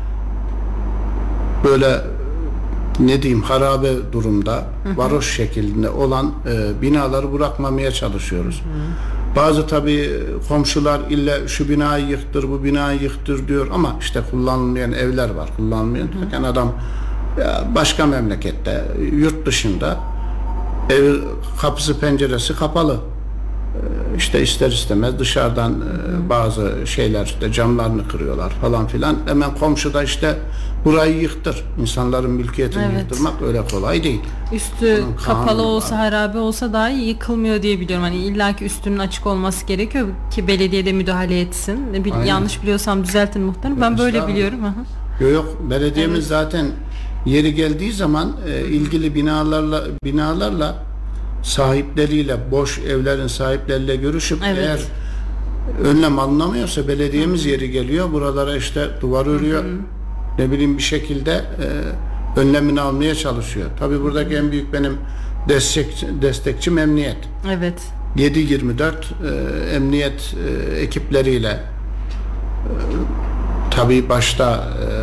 böyle ne diyeyim harabe durumda, hı hı. varoş şeklinde olan e, binaları bırakmamaya çalışıyoruz. Hı hı. Bazı tabii komşular illa şu binayı yıktır, bu binayı yıktır diyor ama işte kullanılmayan evler var, kullanılmayan. Hı hı. Adam ya başka memlekette, yurt dışında ev kapısı penceresi kapalı. İşte ister istemez dışarıdan e, bazı şeyler, işte camlarını kırıyorlar falan filan. Hemen komşuda işte burayı yıktır. İnsanların mülkiyetini evet. yıktırmak öyle kolay değil. Üstü Bunun kapalı olsa, var. harabe olsa dahi yıkılmıyor diye biliyorum. Hani illaki üstünün açık olması gerekiyor ki belediyede müdahale etsin. Bir, yanlış biliyorsam düzeltin muhtarım. Ben böyle biliyorum. Yok yok, belediyemiz evet. zaten yeri geldiği zaman e, ilgili binalarla binalarla sahipleriyle, boş evlerin sahipleriyle görüşüp evet. eğer önlem alınamıyorsa belediyemiz Hı-hı. yeri geliyor. Buralara işte duvar örüyor. Hı-hı. Ne bileyim bir şekilde e, önlemini almaya çalışıyor. Tabii buradaki Hı-hı. en büyük benim destek, destekçim emniyet. Evet. yedi yirmi dört e, emniyet e, ekipleriyle e, tabii başta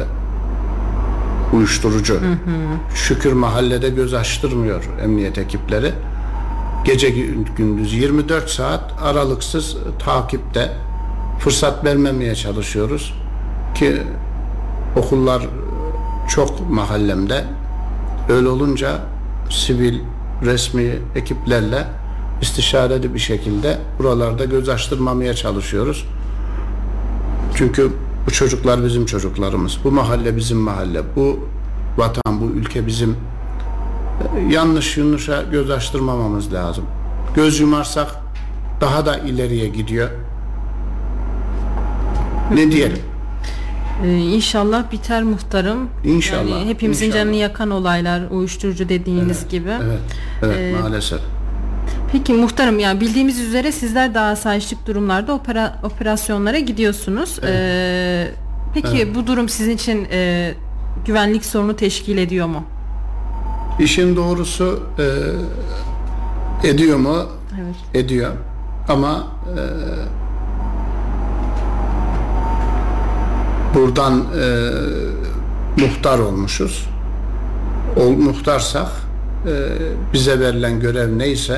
e, uyuşturucu. Hı hı. Şükür mahallede göz açtırmıyor emniyet ekipleri. Gece gündüz yirmi dört saat aralıksız takipte, fırsat vermemeye çalışıyoruz ki okullar çok mahallemde. Öyle olunca sivil, resmi ekiplerle istişareli bir şekilde buralarda göz açtırmamaya çalışıyoruz. Çünkü bu çocuklar bizim çocuklarımız. Bu mahalle bizim mahalle. Bu vatan, bu ülke bizim. Yanlış yanlışa göz açtırmamamız lazım. Göz yumarsak daha da ileriye gidiyor. Ne diyelim? Ee, İnşallah biter muhtarım. İnşallah. Yani hepimizin inşallah. canını yakan olaylar, uyuşturucu dediğiniz evet, gibi. Evet, evet ee, maalesef. Peki muhtarım, yani bildiğimiz üzere sizler daha asayişlik durumlarda opera, operasyonlara gidiyorsunuz. Evet. Ee, peki evet. Bu durum sizin için e, güvenlik sorunu teşkil ediyor mu? İşin doğrusu e, ediyor mu? Evet. Ediyor. Ama e, buradan e, muhtar olmuşuz. Ol, muhtarsak e, bize verilen görev neyse,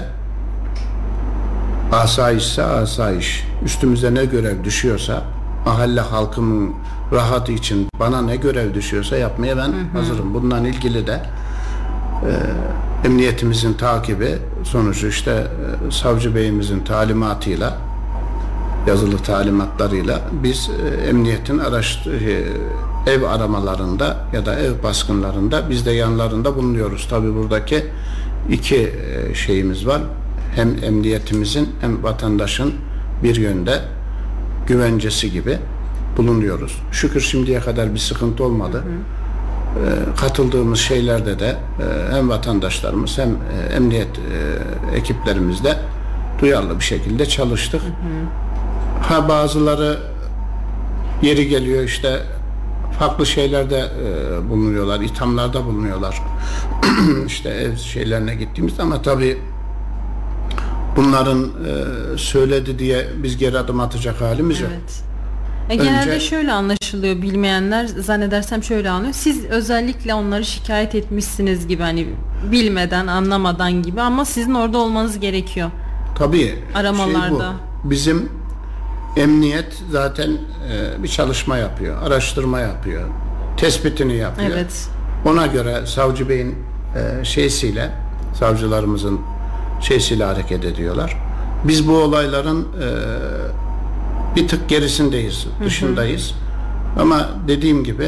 asayişse asayiş, üstümüze ne görev düşüyorsa, mahalle halkımın rahatı için bana ne görev düşüyorsa yapmaya ben hı hı. hazırım. Bundan ilgili de e, emniyetimizin takibi sonucu işte e, savcı beyimizin talimatıyla, yazılı talimatlarıyla biz e, emniyetin araç e, ev aramalarında ya da ev baskınlarında biz de yanlarında bulunuyoruz. Tabii buradaki iki e, şeyimiz var. Hem emniyetimizin hem vatandaşın bir yönde güvencesi gibi bulunuyoruz. Şükür şimdiye kadar bir sıkıntı olmadı. Hı hı. E, katıldığımız şeylerde de e, hem vatandaşlarımız hem e, emniyet e, ekiplerimizle duyarlı bir şekilde çalıştık. Hı hı. Ha bazıları yeri geliyor işte farklı şeylerde e, bulunuyorlar, ithamlarda bulunuyorlar. İşte ev şeylerine gittiğimizde ama tabii bunların e, söyledi diye biz geri adım atacak halimiz yok. Evet. E, genelde Önce, şöyle anlaşılıyor, bilmeyenler zannedersem şöyle anlıyor. Siz özellikle onları şikayet etmişsiniz gibi, hani bilmeden, anlamadan gibi, ama sizin orada olmanız gerekiyor. Tabii. Aramalarda. Şey bu, bizim emniyet zaten e, bir çalışma yapıyor, araştırma yapıyor, tespitini yapıyor. Evet. Ona göre savcı beyin e, şeysiyle, savcılarımızın şeysiyle hareket ediyorlar. Biz bu olayların e, bir tık gerisindeyiz, dışındayız. Hı hı. Ama dediğim gibi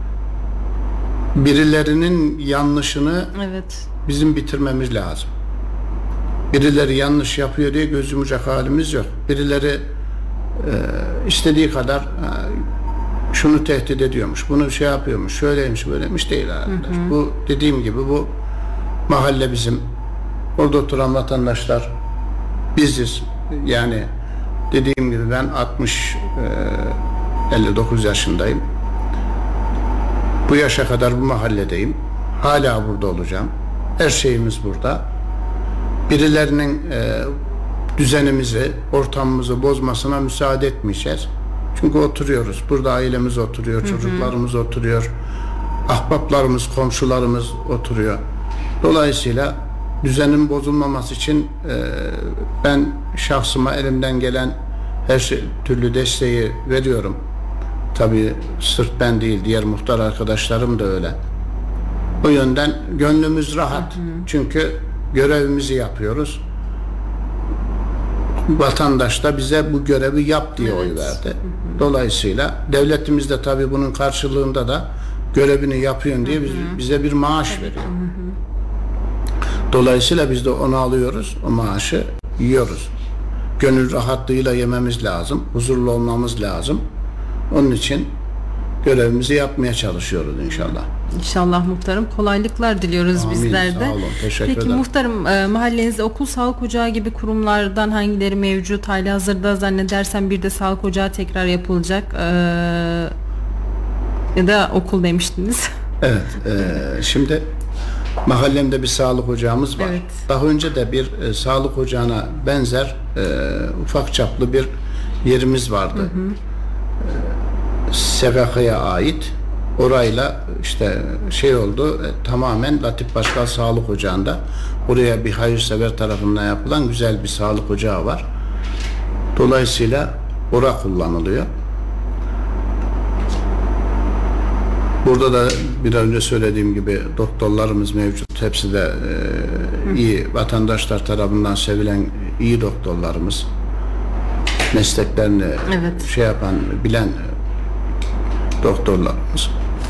birilerinin yanlışını evet. bizim bitirmemiz lazım. Birileri yanlış yapıyor diye göz yumacak halimiz yok. Birileri e, istediği kadar ha, şunu tehdit ediyormuş, bunu şey yapıyormuş, şöyleymiş, böyleymiş değil arkadaş. Hı hı. Bu dediğim gibi bu mahalle bizim. Orada oturan vatandaşlar biziz. Yani dediğim gibi ben altmış elli dokuz yaşındayım. Bu yaşa kadar bu mahalledeyim. Hala burada olacağım. Her şeyimiz burada. Birilerinin e, düzenimizi, ortamımızı bozmasına müsaade etmeyeceğiz. Çünkü oturuyoruz. Burada ailemiz oturuyor, hı hı. çocuklarımız oturuyor. Ahbaplarımız, komşularımız oturuyor. Dolayısıyla düzenin bozulmaması için e, ben şahsıma elimden gelen her şey, türlü desteği veriyorum. Tabii sırf ben değil, diğer muhtar arkadaşlarım da öyle. O yönden gönlümüz rahat. Hı hı. Çünkü görevimizi yapıyoruz. Vatandaş da bize bu görevi yap diye evet. oy verdi. Hı hı. Dolayısıyla devletimiz de tabii bunun karşılığında da görevini yapıyorsun diye hı hı. bize bir maaş evet. veriyor. Hı hı. Dolayısıyla biz de onu alıyoruz, o maaşı yiyoruz. Gönül rahatlığıyla yememiz lazım, huzurlu olmamız lazım. Onun için görevimizi yapmaya çalışıyoruz inşallah. İnşallah muhtarım. Kolaylıklar diliyoruz Amin, bizler de. Sağ olun, teşekkür Peki ederim. muhtarım, e, mahallenizde okul, sağlık ocağı gibi kurumlardan hangileri mevcut? Halihazırda zannedersem bir de sağlık ocağı tekrar yapılacak. E, ya da okul demiştiniz. Evet, e, şimdi mahallemde bir sağlık ocağımız var. Evet. Daha önce de bir e, sağlık ocağına benzer e, ufak çaplı bir yerimiz vardı. Hı hı. E, S G K'ya ait. Orayla işte şey oldu, e, tamamen Latif Başkal Sağlık Ocağı'nda. Oraya bir hayırsever tarafından yapılan güzel bir sağlık ocağı var. Dolayısıyla ora kullanılıyor. Burada da bir önce söylediğim gibi doktorlarımız mevcut. Hepsi de e, iyi, vatandaşlar tarafından sevilen iyi doktorlarımız. Mesleklerini evet. şey yapan, bilen doktorlarımız.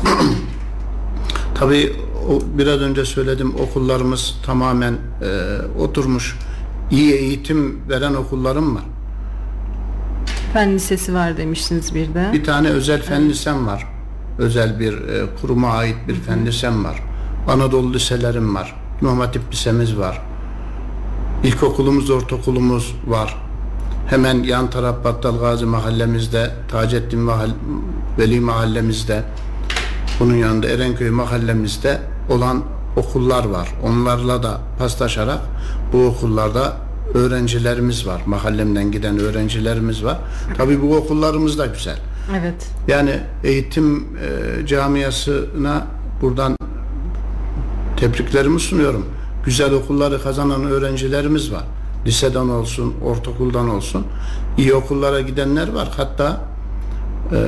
Tabii o, biraz önce söyledim, okullarımız tamamen e, oturmuş. İyi eğitim veren okullarım var. Fen lisesi var demiştiniz bir de. Bir tane özel fen evet. lisem var. Özel bir e, kuruma ait bir fen lisem var. Anadolu liselerim var. İmam Hatip lisemiz var. İlkokulumuz, ortaokulumuz var. Hemen yan taraf Battal Gazi mahallemizde, Taceddin Mahall Veli mahallemizde, bunun yanında Erenköy mahallemizde olan okullar var. Onlarla da paslaşarak bu okullarda öğrencilerimiz var. Mahallemden giden öğrencilerimiz var. Tabii bu okullarımız da güzel. Evet. Yani eğitim e, camiasına buradan tebriklerimi sunuyorum. Güzel okulları kazanan öğrencilerimiz var. Liseden olsun, ortaokuldan olsun. İyi okullara gidenler var. Hatta e,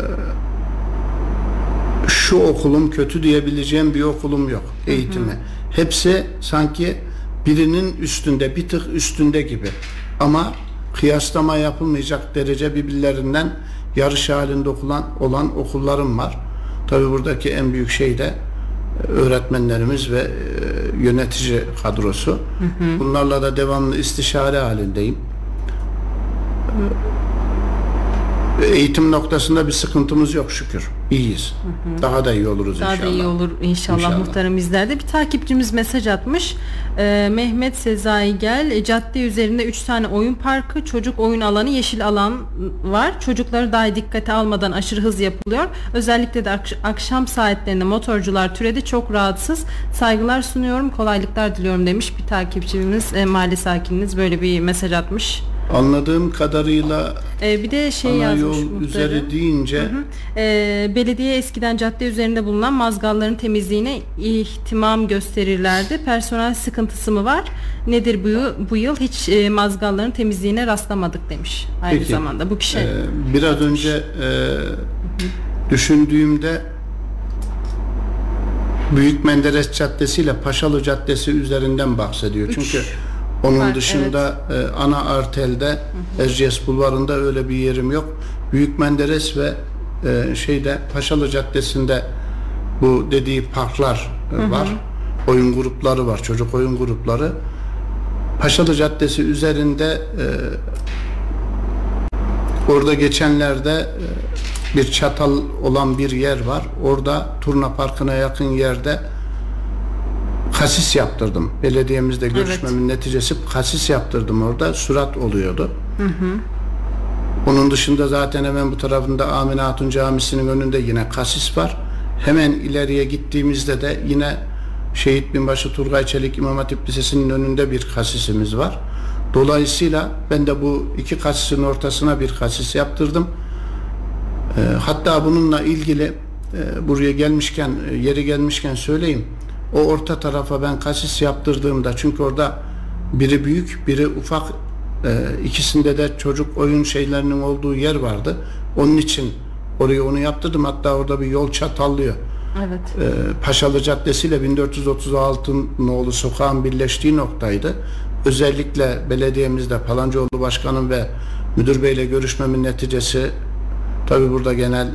şu okulum kötü diyebileceğim bir okulum yok eğitimi. Hı hı. Hepsi sanki birinin üstünde, bir tık üstünde gibi. Ama kıyaslama yapılmayacak derece birbirlerinden yarış halinde okulan olan okullarım var. Tabii buradaki en büyük şey de öğretmenlerimiz ve e, yönetici kadrosu. Hı hı. Bunlarla da devamlı istişare halindeyim. Eğitim noktasında bir sıkıntımız yok şükür. İyiyiz. Hı hı. Daha da iyi oluruz Daha inşallah. Daha da iyi olur inşallah, inşallah. Muhtarım bizlerde. Bir takipçimiz mesaj atmış. Ee, Mehmet Sezai Gel, e, cadde üzerinde üç tane oyun parkı, çocuk oyun alanı, yeşil alan var. Çocukları dahi dikkate almadan aşırı hız yapılıyor. Özellikle de ak- akşam saatlerinde motorcular türedi. Çok rahatsız. Saygılar sunuyorum, kolaylıklar diliyorum demiş bir takipçimiz. E, mahalle sakininiz böyle bir mesaj atmış. Anladığım kadarıyla ee, bir de şey yazmış yol muhtarım. üzeri deyince hı hı. Ee, belediye eskiden cadde üzerinde bulunan mazgalların temizliğine ihtimam gösterirlerdi. Personel sıkıntısı mı var? Nedir bu, bu yıl hiç e, mazgalların temizliğine rastlamadık demiş. Aynı Peki, zamanda bu kişi. E, biraz atmış. önce e, düşündüğümde Büyük Menderes Caddesi ile Paşalı Caddesi üzerinden bahsediyor. Üç. Çünkü onun var, dışında evet. e, ana artelde hı hı. Erciyes Bulvarı'nda öyle bir yerim yok. Büyük Menderes ve e, şeyde Paşalı Caddesi'nde bu dediği parklar e, hı hı. var. Oyun grupları var. Çocuk oyun grupları. Paşalı Caddesi üzerinde e, orada geçenlerde e, bir çatal olan bir yer var. Orada Turna Parkı'na yakın yerde kasis yaptırdım. Belediyemizde görüşmemin evet. neticesi kasis yaptırdım orada. Sürat oluyordu. Hı hı. Onun dışında zaten hemen bu tarafında Amine Hatun Camisi'nin önünde yine kasis var. Hemen ileriye gittiğimizde de yine Şehit Binbaşı Turgay Çelik İmam Hatip Lisesi'nin önünde bir kasisimiz var. Dolayısıyla ben de bu iki kasisin ortasına bir kasis yaptırdım. E, hatta bununla ilgili e, buraya gelmişken, yeri gelmişken söyleyeyim. O orta tarafa ben kasis yaptırdığımda, çünkü orada biri büyük, biri ufak, e, ikisinde de çocuk oyun şeylerinin olduğu yer vardı. Onun için oraya onu yaptırdım. Hatta orada bir yol çatallıyor. Evet. E, Paşalı Caddesi ile bin dört yüz otuz altı nolu sokağın birleştiği noktaydı. Özellikle belediyemizde Palancıoğlu Başkanım ve Müdür Bey'le görüşmemin neticesi, tabi burada genel e,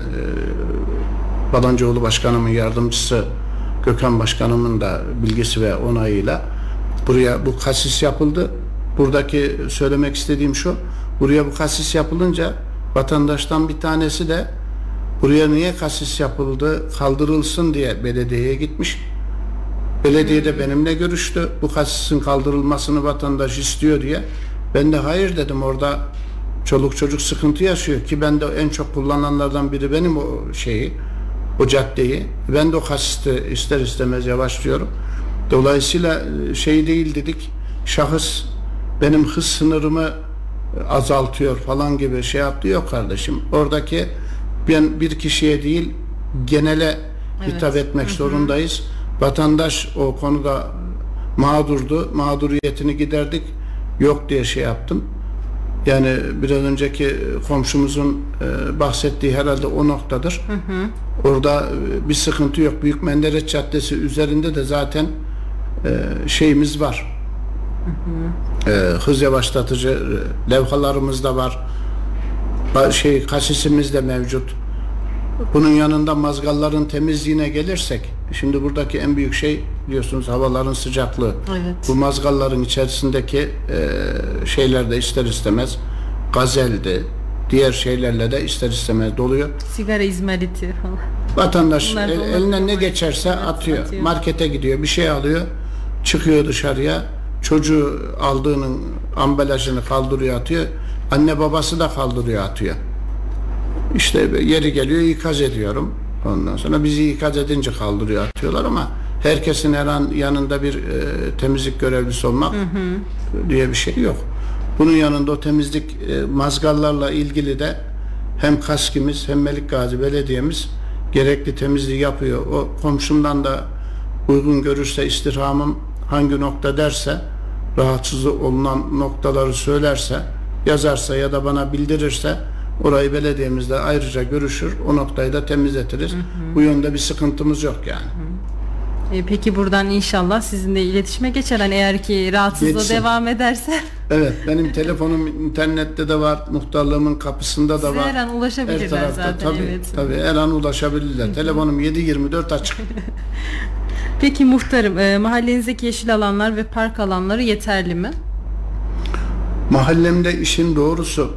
Palancıoğlu Başkanımın yardımcısı Gökhan Başkanımın da bilgisi ve onayıyla buraya bu kasis yapıldı. Buradaki söylemek istediğim şu, buraya bu kasis yapılınca vatandaştan bir tanesi de buraya niye kasis yapıldı, kaldırılsın diye belediyeye gitmiş. Belediye de benimle görüştü. Bu kasisin kaldırılmasını vatandaş istiyor diye. Ben de hayır dedim, orada çoluk çocuk sıkıntı yaşıyor ki ben de en çok kullananlardan biri benim o şeyi, o caddeyi. Ben de o kasiste ister istemez yavaşlıyorum. Dolayısıyla şey değil dedik, şahıs benim hız sınırımı azaltıyor falan gibi şey yaptı. Yok kardeşim, oradaki ben bir kişiye değil genele evet. hitap etmek hı hı. zorundayız. Vatandaş o konuda mağdurdu. Mağduriyetini giderdik. Yok diye şey yaptım. Yani biraz önceki komşumuzun e, bahsettiği herhalde o noktadır. Hı hı. Orada e, bir sıkıntı yok. Büyük Menderes Caddesi üzerinde de zaten e, şeyimiz var. Hı hı. E, hız yavaşlatıcı e, levhalarımız da var. Ba- şey kasisimiz de mevcut. Bunun yanında mazgalların temizliğine gelirsek, şimdi buradaki en büyük şey biliyorsunuz havaların sıcaklığı. Evet. Bu mazgalların içerisindeki e, şeyler de ister istemez gazeldi, diğer şeylerle de ister istemez doluyor. Sigara izmariti falan. Vatandaş el, eline ne geçerse evet, atıyor. atıyor. Markete gidiyor, bir şey alıyor, çıkıyor dışarıya. çocuğu aldığının ambalajını kaldırıyor atıyor. Anne babası da kaldırıyor atıyor. İşte yeri geliyor ikaz ediyorum. Ondan sonra bizi ikaz edince kaldırıyor atıyorlar ama herkesin her an yanında bir e, temizlik görevlisi olmak hı hı. diye bir şey yok. Bunun yanında o temizlik e, mazgallarla ilgili de hem KASKİ'miz hem Melikgazi Belediye'miz gerekli temizliği yapıyor. O komşumdan da uygun görürse, istirhamım hangi nokta derse, rahatsız olunan noktaları söylerse, yazarsa ya da bana bildirirse orayı belediyemizle ayrıca görüşür. O noktayı da temizletiriz. Hı hı. Bu yönde bir sıkıntımız yok yani. Hı. E, peki buradan inşallah sizinle iletişime geçer. Hani eğer ki rahatsızlığı Geçsin. devam ederse. Evet, benim telefonum internette de var. Muhtarlığımın kapısında da Size var. her an ulaşabilirler her tarafta, zaten. Tabii, evet. tabii her an ulaşabilirler. Hı-hı. Telefonum yedi yirmi dört açık. Peki muhtarım, e, mahallenizdeki yeşil alanlar ve park alanları yeterli mi? Mahallemde işin doğrusu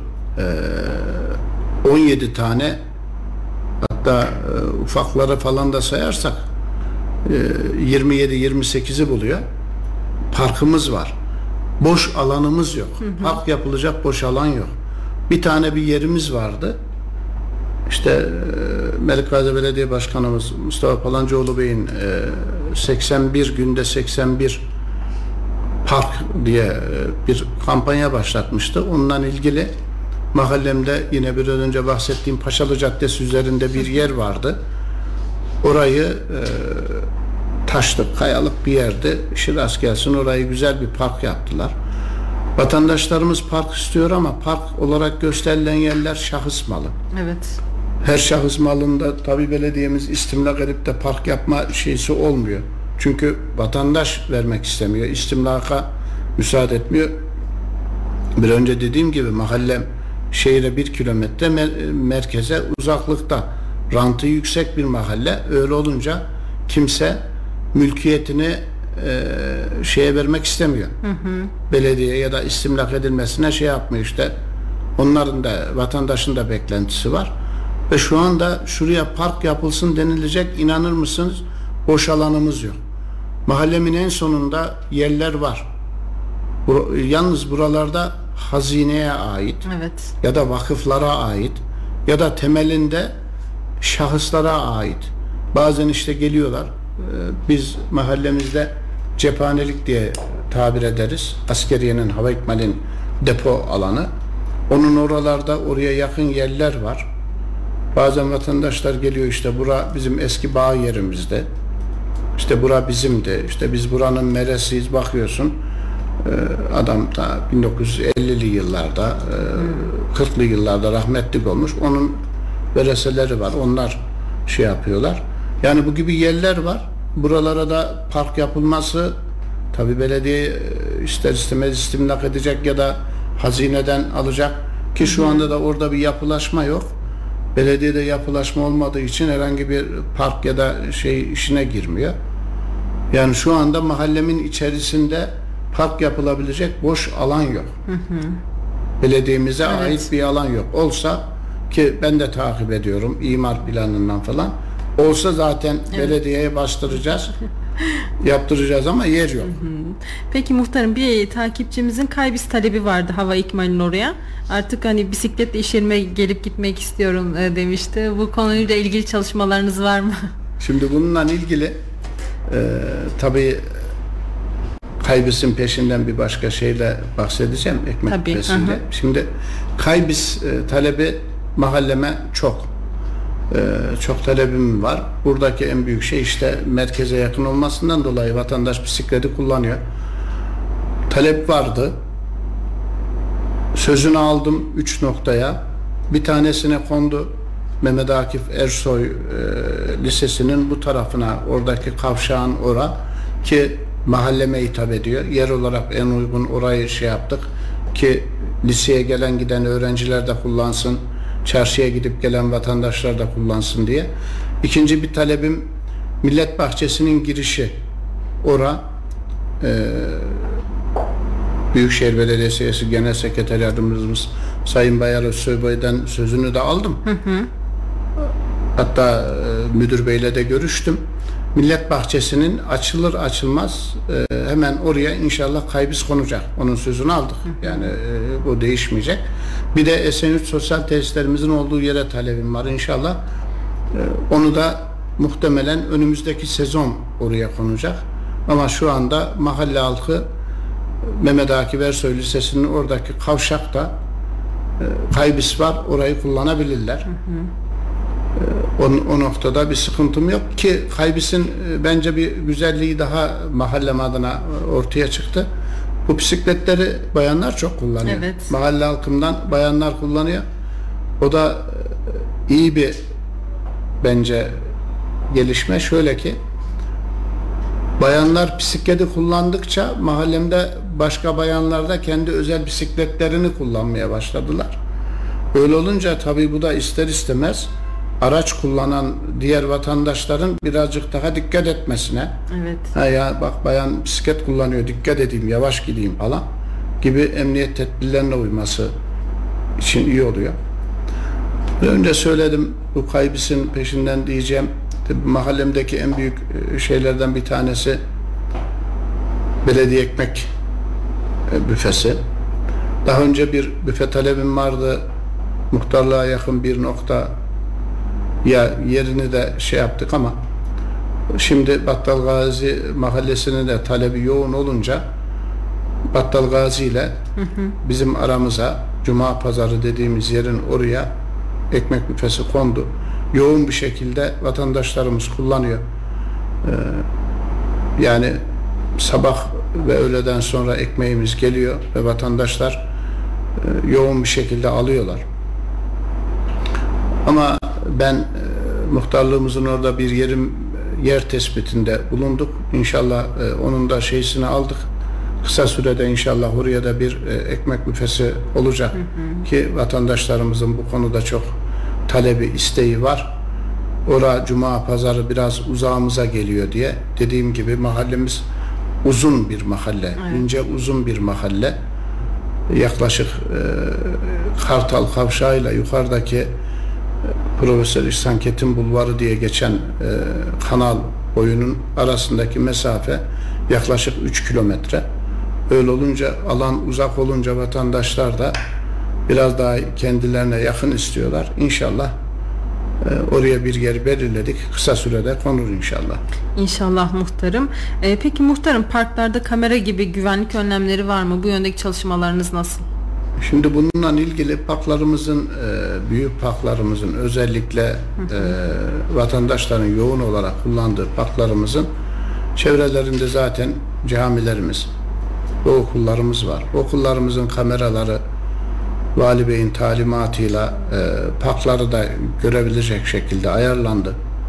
e, on yedi tane, hatta e, ufakları falan da sayarsak e, yirmi yedi yirmi sekizi buluyor. Parkımız var. Boş alanımız yok. Hı hı. Park yapılacak boş alan yok. Bir tane bir yerimiz vardı. İşte e, Melikgazi Belediye Başkanımız Mustafa Palancıoğlu Bey'in e, seksen bir günde seksen bir park diye e, bir kampanya başlatmıştı. Onunla ilgili mahallemde yine biraz önce bahsettiğim Paşalı Caddesi üzerinde bir yer vardı. Orayı e, taşlık, kayalık bir yerdi. İşi rast gelsin orayı güzel bir park yaptılar. Vatandaşlarımız park istiyor ama park olarak gösterilen yerler şahıs malı. Evet. Her şahıs malında tabii belediyemiz istimlak edip de park yapma şeysi olmuyor. Çünkü vatandaş vermek istemiyor. İstimlaka müsaade etmiyor. Bir önce dediğim gibi mahallem şehire bir kilometre mer- merkeze uzaklıkta. Rantı yüksek bir mahalle. Öyle olunca kimse mülkiyetini e, şeye vermek istemiyor. Hı hı. Belediye ya da istimlak edilmesine şey yapmıyor işte. Onların da vatandaşın da beklentisi var. Ve şu anda şuraya park yapılsın denilecek, inanır mısınız? Boş alanımız yok. Mahallemin en sonunda yerler var. Bur- yalnız buralarda hazineye ait, evet, ya da vakıflara ait ya da temelinde şahıslara ait. Bazen işte geliyorlar. Biz mahallemizde cephanelik diye tabir ederiz. Askeriyenin, hava ikmalin depo alanı. Onun oralarda oraya yakın yerler var. Bazen vatandaşlar geliyor, işte bura bizim eski bağ yerimizde. İşte bura bizimdi. İşte biz buranın meresiyiz, bakıyorsun. Adam da bin dokuz yüz ellili yıllarda, kırklı yıllarda rahmetli olmuş. Onun vereseleri var. Onlar şey yapıyorlar. Yani bu gibi yerler var. Buralara da park yapılması, tabii belediye ister istemez istimlak edecek ya da hazineden alacak ki şu anda da orada bir yapılaşma yok. Belediyede yapılaşma olmadığı için herhangi bir park ya da şey işine girmiyor. Yani şu anda mahallemin içerisinde park yapılabilecek boş alan yok. Hı hı. Belediyemize evet. ait bir alan yok. Olsa, ki ben de takip ediyorum imar planından falan, olsa zaten evet. belediyeye bastıracağız. yaptıracağız ama yer yok. Hı hı. Peki muhtarım, bir takipçimizin kaybis talebi vardı hava ikmalinin oraya. Artık hani bisikletle iş yerime gelip gitmek istiyorum demişti. Bu konuyla ilgili çalışmalarınız var mı? Şimdi bununla ilgili e, tabii kaybisin peşinden bir başka şeyle bahsedeceğim. Ekmek peşinde. Şimdi kaybis e, talebi mahalleme çok. Ee, çok talebim var. Buradaki en büyük şey işte merkeze yakın olmasından dolayı vatandaş bisikleti kullanıyor. Talep vardı. Sözünü aldım üç noktaya. Bir tanesine kondu. Mehmet Akif Ersoy e, Lisesi'nin bu tarafına, oradaki kavşağın ora ki mahalleme hitap ediyor. Yer olarak en uygun orayı şey yaptık ki liseye gelen giden öğrenciler de kullansın. Çarşıya gidip gelen vatandaşlar da kullansın diye. İkinci bir talebim Millet Bahçesi'nin girişi. Ora e, Büyükşehir Belediyesi Genel Sekreter Yardımcımız Sayın Bayar Özsoy'dan sözünü de aldım. Hı hı. Hatta e, müdür beyle de görüştüm. Millet Bahçesi'nin açılır açılmaz e, hemen oraya inşallah kaybis konacak. Onun sözünü aldık. Yani e, bu değişmeyecek. Bir de Esenyurt sosyal tesislerimizin olduğu yere talebim var inşallah. E, onu da muhtemelen önümüzdeki sezon oraya konacak. Ama şu anda mahalle halkı Mehmet Akif Ersoy Lisesi'nin oradaki kavşakta e, kaybis var. Orayı kullanabilirler. Hı hı. O, o noktada bir sıkıntım yok ki kaybisin bence bir güzelliği daha mahallem adına ortaya çıktı. Bu bisikletleri bayanlar çok kullanıyor. Evet. Mahalle halkından bayanlar kullanıyor. O da iyi bir bence gelişme. Şöyle ki bayanlar bisikleti kullandıkça mahallemde başka bayanlar da kendi özel bisikletlerini kullanmaya başladılar. Öyle olunca tabii bu da ister istemez araç kullanan diğer vatandaşların birazcık daha dikkat etmesine, evet. Ha ya bak bayan bisiklet kullanıyor, dikkat edeyim, yavaş gideyim falan gibi emniyet tedbirlerine uyması için iyi oluyor. Önce söyledim, bu kaybisin peşinden diyeceğim. Tabii mahallemdeki en büyük şeylerden bir tanesi belediye ekmek büfesi. Daha önce bir büfe talebim vardı. Muhtarlığa yakın bir nokta ya yerini de şey yaptık ama şimdi Battal Gazi mahallesinin de talebi yoğun olunca Battal Gazi ile hı hı. bizim aramıza Cuma Pazarı dediğimiz yerin oraya ekmek büfesi kondu. Yoğun bir şekilde vatandaşlarımız kullanıyor. Ee, yani sabah ve öğleden sonra ekmeğimiz geliyor ve vatandaşlar e, yoğun bir şekilde alıyorlar. Ama ben e, muhtarlığımızın orada bir yerim yer tespitinde bulunduk. İnşallah e, onun da şeysini aldık. Kısa sürede inşallah oraya da bir e, ekmek büfesi olacak. Hı hı. Ki vatandaşlarımızın bu konuda çok talebi, isteği var. Ora Cuma Pazarı biraz uzağımıza geliyor diye. Dediğim gibi mahallemiz uzun bir mahalle. Evet. İnce uzun bir mahalle. Yaklaşık e, Kartal Kavşağı'yla yukarıdaki e, Profesör İhsan Ketin Bulvarı diye geçen e, kanal boyunun arasındaki mesafe yaklaşık üç kilometre. Öyle olunca, alan uzak olunca vatandaşlar da biraz daha kendilerine yakın istiyorlar. İnşallah e, oraya bir yer belirledik. Kısa sürede konur inşallah. İnşallah muhtarım. E, peki muhtarım, parklarda kamera gibi güvenlik önlemleri var mı? Bu yöndeki çalışmalarınız nasıl? Şimdi bununla ilgili parklarımızın, e, büyük parklarımızın özellikle e, vatandaşların yoğun olarak kullandığı parklarımızın çevrelerinde zaten camilerimiz ve okullarımız var. Okullarımızın kameraları Vali Bey'in talimatıyla e, parkları da görebilecek şekilde ayarlandı.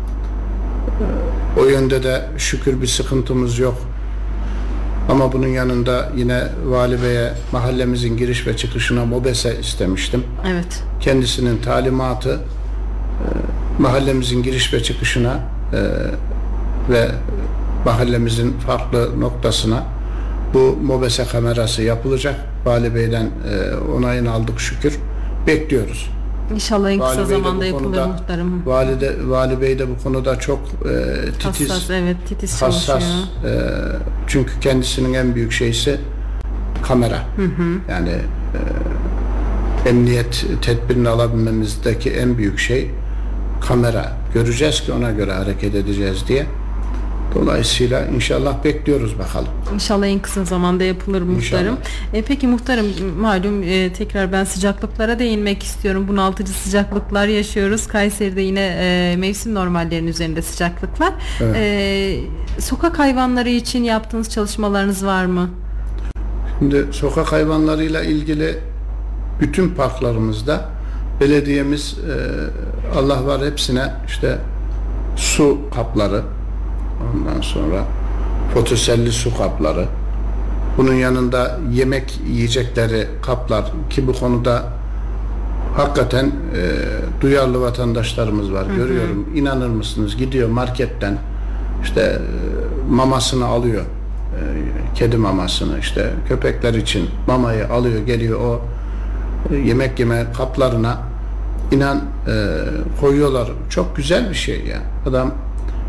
E, o yönde de şükür bir sıkıntımız yok. Ama bunun yanında yine Vali Bey'e mahallemizin giriş ve çıkışına mobese istemiştim. Evet. Kendisinin talimatı e, mahallemizin giriş ve çıkışına e, ve mahallemizin farklı noktasına bu mobese kamerası yapılacak. Vali Bey'den e, onayını aldık şükür. Bekliyoruz. İnşallah en kısa Vali zamanda yapılır konuda, muhtarım. Vali, de, Vali Bey de bu konuda çok e, titiz, hassas, evet, titiz hassas. çalışıyor. E, çünkü kendisinin en büyük şeysi kamera. Hı hı. Yani e, emniyet tedbirini alabilmemizdeki en büyük şey kamera. Göreceğiz ki ona göre hareket edeceğiz diye. Dolayısıyla inşallah bekliyoruz bakalım. İnşallah en kısa zamanda yapılır muhtarım. E, peki muhtarım, malum e, tekrar ben sıcaklıklara değinmek istiyorum. Bunaltıcı sıcaklıklar yaşıyoruz. Kayseri'de yine e, mevsim normallerinin üzerinde sıcaklıklar. Evet. E, sokak hayvanları için yaptığınız çalışmalarınız var mı? Şimdi sokak hayvanlarıyla ilgili bütün parklarımızda belediyemiz e, Allah var hepsine işte su kapları, ondan sonra fotoselli su kapları, bunun yanında yemek yiyecekleri kaplar ki bu konuda hakikaten e, duyarlı vatandaşlarımız var. Hı hı. Görüyorum, inanır mısınız, gidiyor marketten işte e, mamasını alıyor, e, kedi mamasını, işte köpekler için mamayı alıyor, geliyor o e, yemek yeme kaplarına inan e, koyuyorlar. Çok güzel bir şey ya. Adam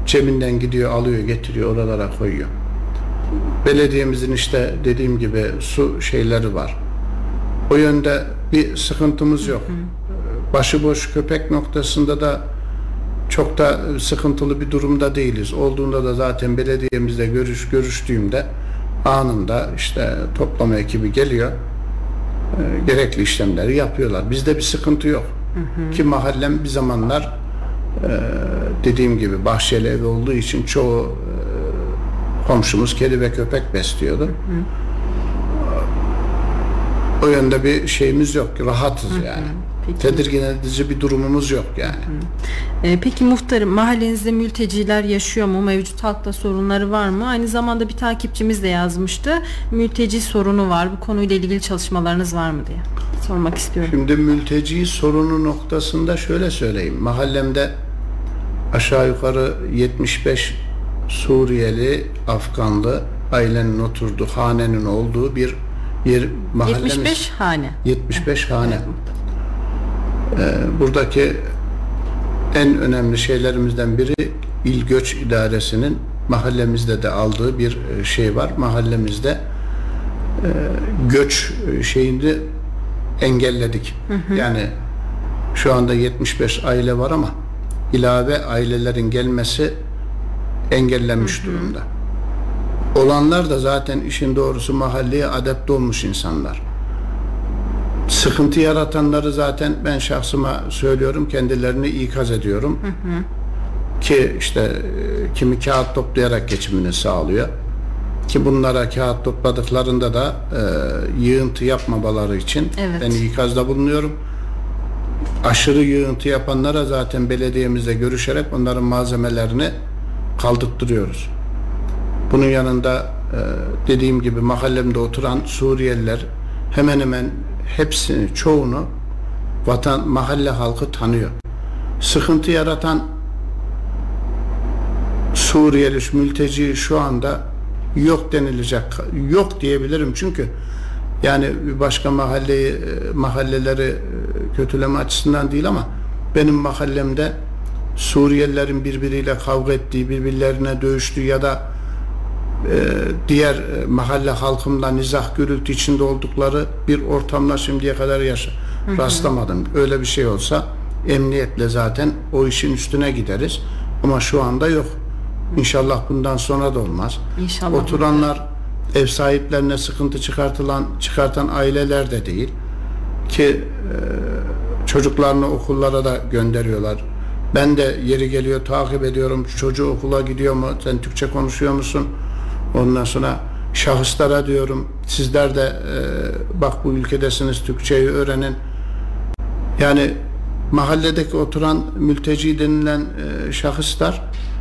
cebinden gidiyor, alıyor, getiriyor, oralara koyuyor. Belediyemizin işte dediğim gibi su şeyleri var. O yönde bir sıkıntımız yok. Başıboş köpek noktasında da çok da sıkıntılı bir durumda değiliz. Olduğunda da zaten belediyemizle görüş görüştüğümde anında işte toplama ekibi geliyor. E, gerekli işlemleri yapıyorlar. Bizde bir sıkıntı yok. Hı hı. Ki mahallem bir zamanlar e, dediğim gibi bahçeli ev olduğu için çoğu e, komşumuz kedi ve köpek besliyordu. Hı hı. O yönde bir şeyimiz yok. Rahatız yani. Hı hı. Peki. Tedirgin edici bir durumumuz yok yani. Ee, peki muhtarım, mahallenizde mülteciler yaşıyor mu? Mevcut halkta sorunları var mı? Aynı zamanda bir takipçimiz de yazmıştı. Mülteci sorunu var. Bu konuyla ilgili çalışmalarınız var mı diye sormak istiyorum. Şimdi mülteci sorunu noktasında şöyle söyleyeyim. Mahallemde aşağı yukarı yetmiş beş Suriyeli, Afganlı ailenin oturduğu, hanenin olduğu bir yer mahallemiz. yetmiş beş hane. yetmiş beş hane. Ee, buradaki en önemli şeylerimizden biri İl Göç İdaresi'nin mahallemizde de aldığı bir şey var. Mahallemizde e, göç şeyini engelledik. Hı hı. Yani şu anda yetmiş beş aile var ama ilave ailelerin gelmesi engellenmiş hı hı. durumda. Olanlar da zaten işin doğrusu mahalleye adapte olmuş insanlar. Sıkıntı yaratanları zaten ben şahsıma söylüyorum, kendilerini ikaz ediyorum. Hı hı. Ki işte kimi kağıt toplayarak geçimini sağlıyor. Ki bunlara kağıt topladıklarında da e, yığıntı yapmamaları için evet. ben ikazda bulunuyorum. Aşırı yığıntı yapanlara zaten belediyemizle görüşerek onların malzemelerini kaldırttırıyoruz. Bunun yanında e, dediğim gibi mahallemde oturan Suriyeliler hemen hemen hepsini, çoğunu vatan, mahalle halkı tanıyor. Sıkıntı yaratan Suriyeli mülteci şu anda yok denilecek, yok diyebilirim çünkü yani başka mahalleyi, mahalleleri kötüleme açısından değil ama benim mahallemde Suriyelilerin birbiriyle kavga ettiği, birbirlerine dövüştüğü ya da e, diğer mahalle halkımla nizah gürültü içinde oldukları bir ortamla şimdiye kadar yaşa hı hı. rastlamadım. Öyle bir şey olsa emniyetle zaten o işin üstüne gideriz. Ama şu anda yok. İnşallah bundan sonra da olmaz. İnşallah. Oturanlar ev sahiplerine sıkıntı çıkartılan çıkartan aileler de değil ki e, çocuklarını okullara da gönderiyorlar. Ben de yeri geliyor takip ediyorum. Çocuğu okula gidiyor mu? Sen Türkçe konuşuyor musun? Ondan sonra şahıslara diyorum. Sizler de e, bak bu ülkedesiniz, Türkçeyi öğrenin. Yani mahalledeki oturan mülteci denilen e, şahıslar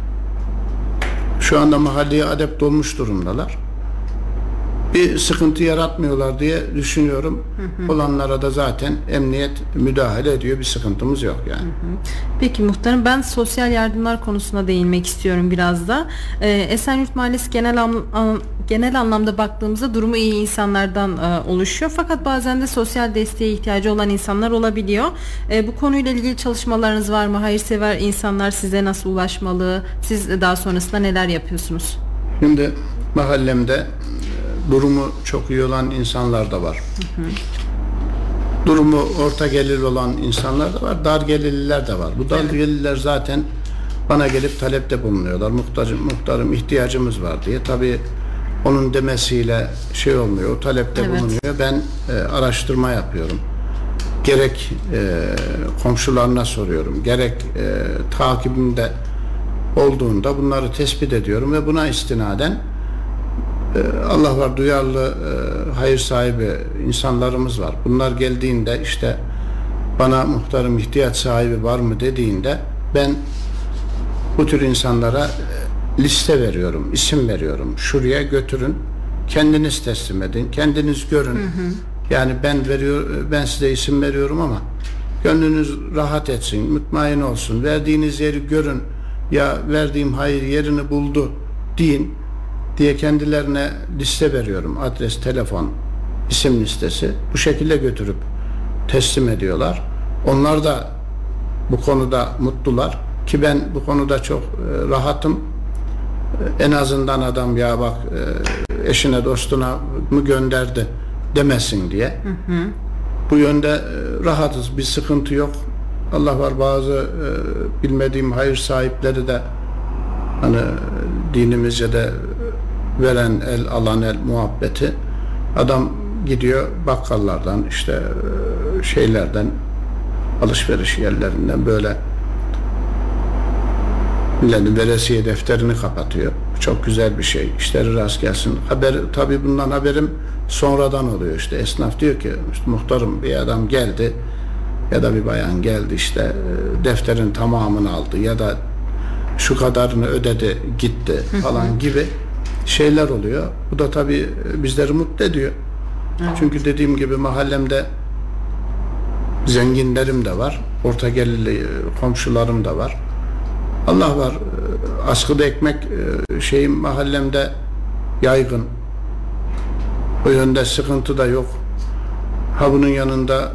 şu anda mahalleye adapte olmuş durumdalar. Bir sıkıntı yaratmıyorlar diye düşünüyorum. Hı hı. Olanlara da zaten emniyet müdahale ediyor. Bir sıkıntımız yok yani. Hı hı. Peki muhtarım, ben sosyal yardımlar konusuna değinmek istiyorum biraz da. Ee, Esenyurt Mahallesi genel an, genel anlamda baktığımızda durumu iyi insanlardan e, oluşuyor. Fakat bazen de sosyal desteğe ihtiyacı olan insanlar olabiliyor. E, bu konuyla ilgili çalışmalarınız var mı? Hayırsever insanlar size nasıl ulaşmalı? Siz daha sonrasında neler yapıyorsunuz? Şimdi mahallemde durumu çok iyi olan insanlar da var. Hı hı. Durumu orta gelirli olan insanlar da var. Dar gelirliler de var. Bu dar evet. gelirliler zaten bana gelip talepte bulunuyorlar. Muhtarım, muhtarım ihtiyacımız var diye. Tabii onun demesiyle şey olmuyor. O talepte evet. bulunuyor. Ben e, araştırma yapıyorum. Gerek e, komşularına soruyorum. Gerek e, takibimde olduğunda bunları tespit ediyorum ve buna istinaden Allah var, duyarlı, hayır sahibi insanlarımız var. Bunlar geldiğinde işte bana muhtarım ihtiyaç sahibi var mı dediğinde ben bu tür insanlara liste veriyorum, isim veriyorum. Şuraya götürün, kendiniz teslim edin, kendiniz görün. Hı hı. Yani ben veriyor, ben size isim veriyorum ama gönlünüz rahat etsin, mutmain olsun. Verdiğiniz yeri görün. Ya verdiğim hayır yerini buldu deyin diye kendilerine liste veriyorum. Adres, telefon, isim listesi. Bu şekilde götürüp teslim ediyorlar. Onlar da bu konuda mutlular. ki ben bu konuda çok e, rahatım. E, en azından adam ya bak e, eşine dostuna mı gönderdi demesin diye. Hı hı. Bu yönde e, rahatız, bir sıkıntı yok. Allah var, bazı e, bilmediğim hayır sahipleri de hani dinimizce de veren el alan el muhabbeti, adam gidiyor bakkallardan işte e, şeylerden, alışveriş yerlerinden böyle milletin veresiye defterini kapatıyor. Çok güzel bir şey. İşleri rast gelsin. Haber, tabii bundan haberim sonradan oluyor. İşte esnaf diyor ki işte muhtarım bir adam geldi ya da bir bayan geldi işte defterin tamamını aldı ya da şu kadarını ödedi gitti falan, hı hı, gibi şeyler oluyor. Bu da tabii bizleri mutlu ediyor. Evet. Çünkü dediğim gibi mahallemde zenginlerim de var, orta gelirli komşularım da var. Allah var, askıda ekmek şeyim mahallemde yaygın. O yönde sıkıntı da yok. Ha bunun yanında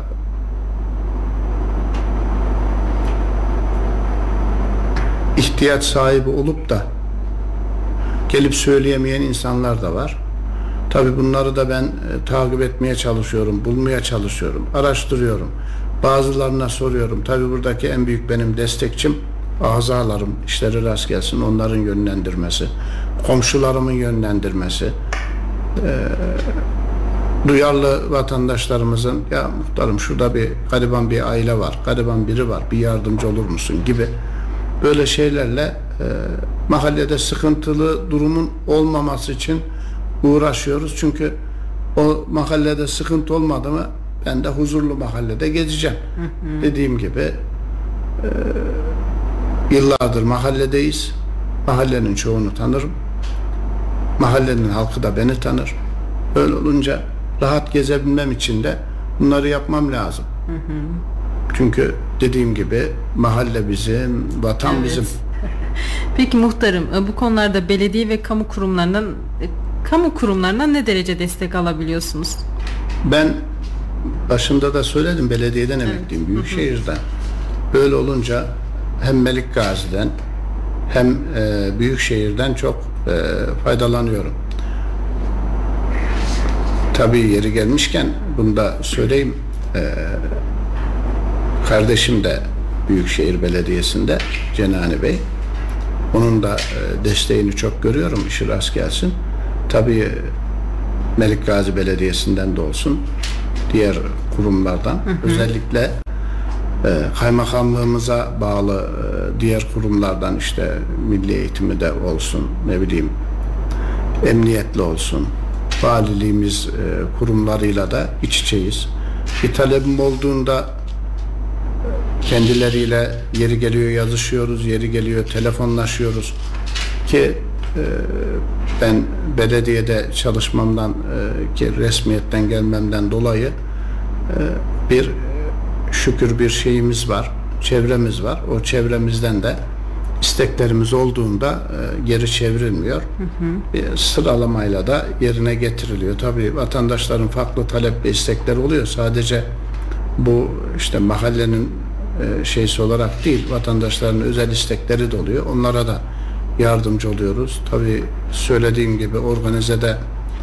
ihtiyaç sahibi olup da gelip söyleyemeyen insanlar da var. Tabii bunları da ben e, takip etmeye çalışıyorum, bulmaya çalışıyorum, araştırıyorum. Bazılarına soruyorum. Tabii buradaki en büyük benim destekçim azalarım, işleri rast gelsin, onların yönlendirmesi, komşularımın yönlendirmesi, e, duyarlı vatandaşlarımızın ya muhtarım şurada bir gariban bir aile var, gariban biri var, bir yardımcı olur musun gibi böyle şeylerle e, mahallede sıkıntılı durumun olmaması için uğraşıyoruz. Çünkü o mahallede sıkıntı olmadı mı ben de huzurlu mahallede gezeceğim. Hı hı. Dediğim gibi e, yıllardır mahalledeyiz. Mahallenin çoğunu tanırım. Mahallenin halkı da beni tanır. Öyle olunca rahat gezebilmem için de bunları yapmam lazım. Hı hı. Çünkü dediğim gibi mahalle bizim, vatan evet. bizim. Peki muhtarım, bu konularda belediye ve kamu kurumlarından kamu kurumlarından ne derece destek alabiliyorsunuz? Ben başında da söyledim, belediyeden evet. emekliyim, Büyükşehir'den. Böyle olunca hem Melik Gazi'den hem e, Büyükşehir'den çok e, faydalanıyorum. Tabii yeri gelmişken bunu da söyleyeyim. E, kardeşim de Büyükşehir Belediyesi'nde, Cenani Bey. Onun da e, desteğini çok görüyorum, işi rast gelsin. Tabii Melik Gazi Belediyesi'nden de olsun, diğer kurumlardan, hı hı. özellikle e, kaymakamlığımıza bağlı e, diğer kurumlardan, işte milli eğitimi de olsun, ne bileyim emniyetli olsun, valiliğimiz e, kurumlarıyla da iç içeyiz. Bir talebim olduğunda kendileriyle yeri geliyor yazışıyoruz, yeri geliyor telefonlaşıyoruz ki e, ben belediyede çalışmamdan e, ki resmiyetten gelmemden dolayı e, bir şükür bir şeyimiz var, çevremiz var. O çevremizden de isteklerimiz olduğunda e, geri çevrilmiyor. Hı hı. Bir sıralamayla da yerine getiriliyor. Tabii vatandaşların farklı talep ve istekleri oluyor. Sadece bu işte mahallenin e, şeysi olarak değil, vatandaşların özel istekleri de oluyor. Onlara da yardımcı oluyoruz. Tabii söylediğim gibi organizede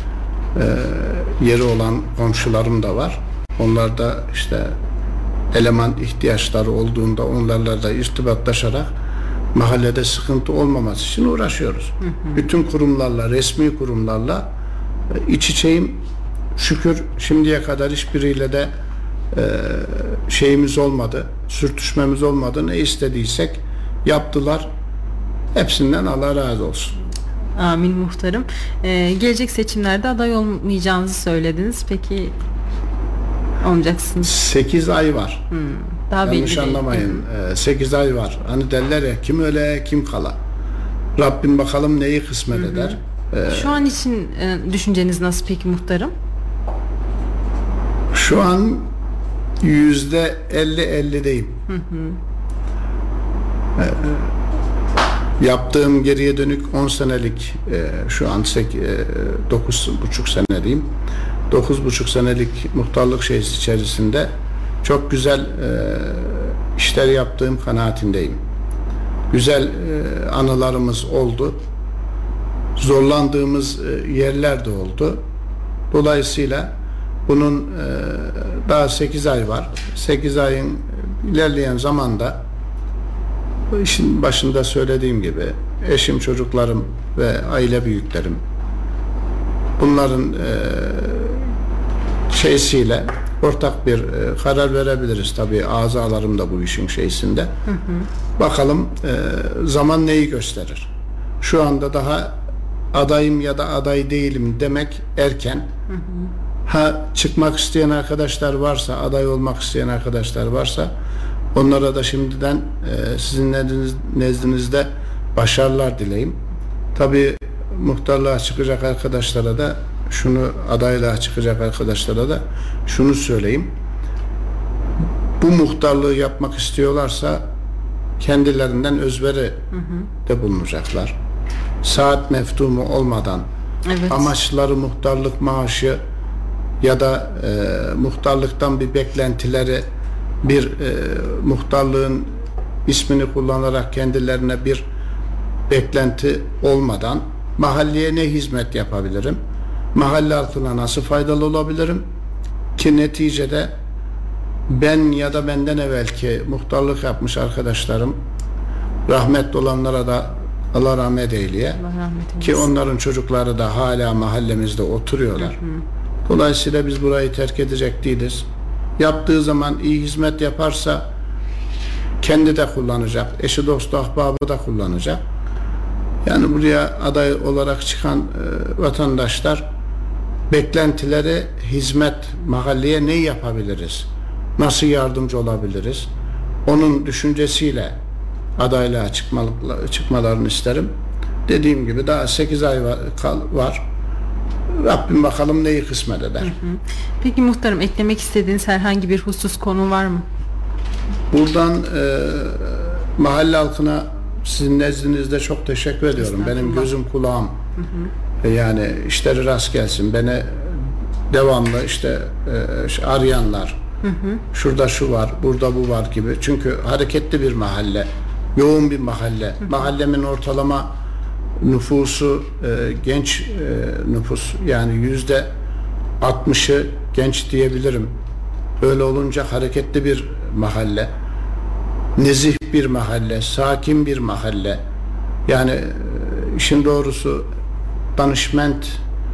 e, yeri olan komşularım da var. Onlar da işte eleman ihtiyaçları olduğunda onlarla da irtibatlaşarak mahallede sıkıntı olmaması için uğraşıyoruz. Hı hı. Bütün kurumlarla, resmi kurumlarla e, iç içeyim. Şükür şimdiye kadar hiçbiriyle de e, şeyimiz olmadı, sürtüşmemiz olmadı. Ne istediysek yaptılar. Hepsinden Allah razı olsun. Amin muhtarım. Ee, gelecek seçimlerde aday olmayacağınızı söylediniz. Peki olmayacaksınız? sekiz ay var. Hmm, daha yanlış anlamayın. Ee, sekiz ay var. Hani derler ya, kim öle kim kala. Rabbim bakalım neyi kısmet hı-hı. eder. Ee, Şu an için e, düşünceniz nasıl peki muhtarım? Şu an yüzde elli ellideyim. Hı hı. Ee, yaptığım geriye dönük on senelik e, şu an dokuz buçuk senedeyim. dokuz buçuk senelik muhtarlık şeysi içerisinde çok güzel e, işler yaptığım kanaatindeyim. güzel e, anılarımız oldu. Zorlandığımız e, yerler de oldu. Dolayısıyla bunun e, daha sekiz ay var. sekiz ayın ilerleyen zamanda bu işin başında söylediğim gibi eşim, çocuklarım ve aile büyüklerim bunların e, şeysiyle ortak bir e, karar verebiliriz. Tabii azalarım da bu işin şeysinde. Hı hı. Bakalım e, zaman neyi gösterir. Şu anda daha adayım ya da aday değilim demek erken. Hı hı. Ha çıkmak isteyen arkadaşlar varsa, aday olmak isteyen arkadaşlar varsa onlara da şimdiden e, sizin nezdinizde başarılar dileyim. Tabii muhtarlığa çıkacak arkadaşlara da şunu, adaylığa çıkacak arkadaşlara da şunu söyleyeyim. Bu muhtarlığı yapmak istiyorlarsa kendilerinden özveri hı hı. de bulunacaklar. Saat meftumu olmadan evet. amaçları muhtarlık maaşı ya da e, muhtarlıktan bir beklentileri bir e, muhtarlığın ismini kullanarak kendilerine bir beklenti olmadan mahalleye ne hizmet yapabilirim? Mahalle halkına nasıl faydalı olabilirim? Ki neticede ben ya da benden evvelki muhtarlık yapmış arkadaşlarım rahmetli olanlara da Allah rahmet eyleye ki onların çocukları da hala mahallemizde oturuyorlar. Hı hı. Dolayısıyla biz burayı terk edecek değiliz. Yaptığı zaman iyi hizmet yaparsa kendi de kullanacak, eşi dostu ahbabı da kullanacak. Yani buraya aday olarak çıkan e, vatandaşlar beklentileri hizmet, mahalleye ne yapabiliriz? Nasıl yardımcı olabiliriz? Onun düşüncesiyle adaylığa çıkmalarını isterim. Dediğim gibi daha sekiz ay var, var. Rabbim bakalım neyi kısmet eder. Hı hı. Peki muhtarım, eklemek istediğiniz herhangi bir husus, konu var mı? Buradan e, mahalle halkına sizin nezdinizde çok teşekkür ediyorum. Benim gözüm kulağım. Hı hı. E, yani işleri rast gelsin. Beni devamlı işte e, arayanlar. Hı hı. Şurada şu var, burada bu var gibi. Çünkü hareketli bir mahalle, yoğun bir mahalle. Hı hı. Mahallemin ortalama nüfusu e, genç e, nüfus, yani yüzde altmışı genç diyebilirim. Öyle olunca hareketli bir mahalle, nezih bir mahalle, sakin bir mahalle. Yani e, işin doğrusu danışment,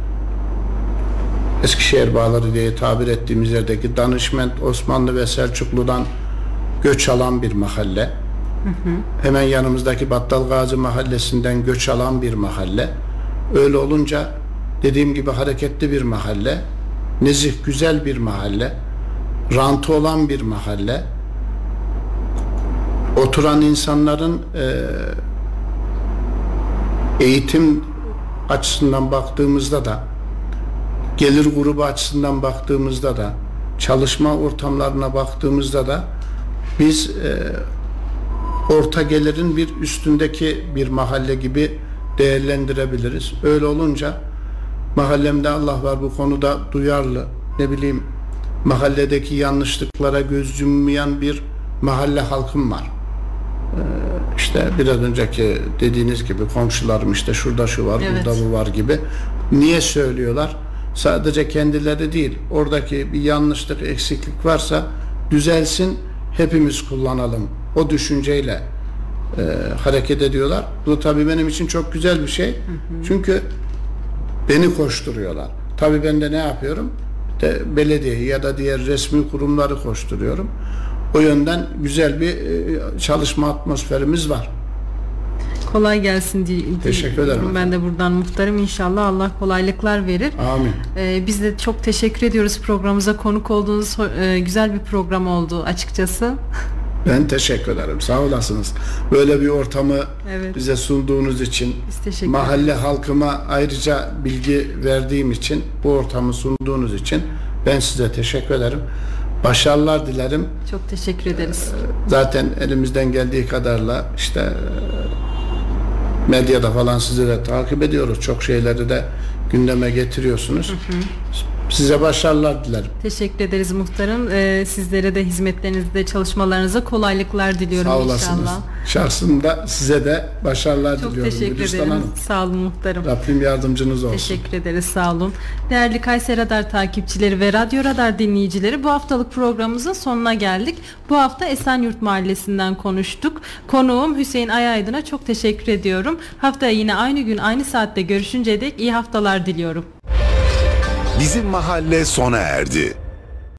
Eskişehir Bağları diye tabir ettiğimiz yerdeki danışment Osmanlı ve Selçuklu'dan göç alan bir mahalle. Hı hı. Hemen yanımızdaki Battal Gazi Mahallesi'nden göç alan bir mahalle. Öyle olunca dediğim gibi hareketli bir mahalle, nezih, güzel bir mahalle, rantı olan bir mahalle. Oturan insanların e, eğitim açısından baktığımızda da, gelir grubu açısından baktığımızda da, çalışma ortamlarına baktığımızda da biz e, orta gelirin bir üstündeki bir mahalle gibi değerlendirebiliriz. Öyle olunca mahallemde Allah var bu konuda duyarlı, ne bileyim mahalledeki yanlışlıklara göz yummayan bir mahalle halkım var. Ee, işte biraz önceki dediğiniz gibi komşularım işte şurada şu var, evet, burada bu var gibi. Niye söylüyorlar? Sadece kendileri değil, oradaki bir yanlışlık, eksiklik varsa düzelsin, hepimiz kullanalım. O düşünceyle e, hareket ediyorlar. Bu tabii benim için çok güzel bir şey. Hı hı. Çünkü beni koşturuyorlar. Tabii ben de ne yapıyorum? De belediyeyi ya da diğer resmi kurumları koşturuyorum. O yönden güzel bir e, çalışma atmosferimiz var. Kolay gelsin diye. Teşekkür ederim. Ben de buradan muhtarım, inşallah Allah kolaylıklar verir. Amin. Ee, biz de çok teşekkür ediyoruz programımıza konuk olduğunuz, e, güzel bir program oldu açıkçası. Ben teşekkür ederim. Sağ olasınız. Böyle bir ortamı evet, bize sunduğunuz için, mahalle halkıma ayrıca bilgi verdiğim için, bu ortamı sunduğunuz için ben size teşekkür ederim. Başarılar dilerim. Çok teşekkür ederiz. Zaten elimizden geldiği kadarla işte medyada falan sizi de takip ediyoruz. Çok şeyleri de gündeme getiriyorsunuz. Hı hı. Size başarılar dilerim. Teşekkür ederiz muhtarım. Ee, sizlere de hizmetlerinizde, çalışmalarınıza kolaylıklar diliyorum Sağ olasınız. inşallah. Şahsımda size de başarılar Çok diliyorum. teşekkür Gülistan ederim. Hanım. Sağ olun muhtarım. Rabbim yardımcınız olsun. Teşekkür ederiz, sağ olun. Değerli Kayseri Radar takipçileri ve Radyo Radar dinleyicileri, bu haftalık programımızın sonuna geldik. Bu hafta Esenyurt Mahallesi'nden konuştuk. Konuğum Hüseyin Ayaydın'a çok teşekkür ediyorum. Haftaya yine aynı gün aynı saatte görüşünceye dek iyi haftalar diliyorum. Bizim mahalle sona erdi.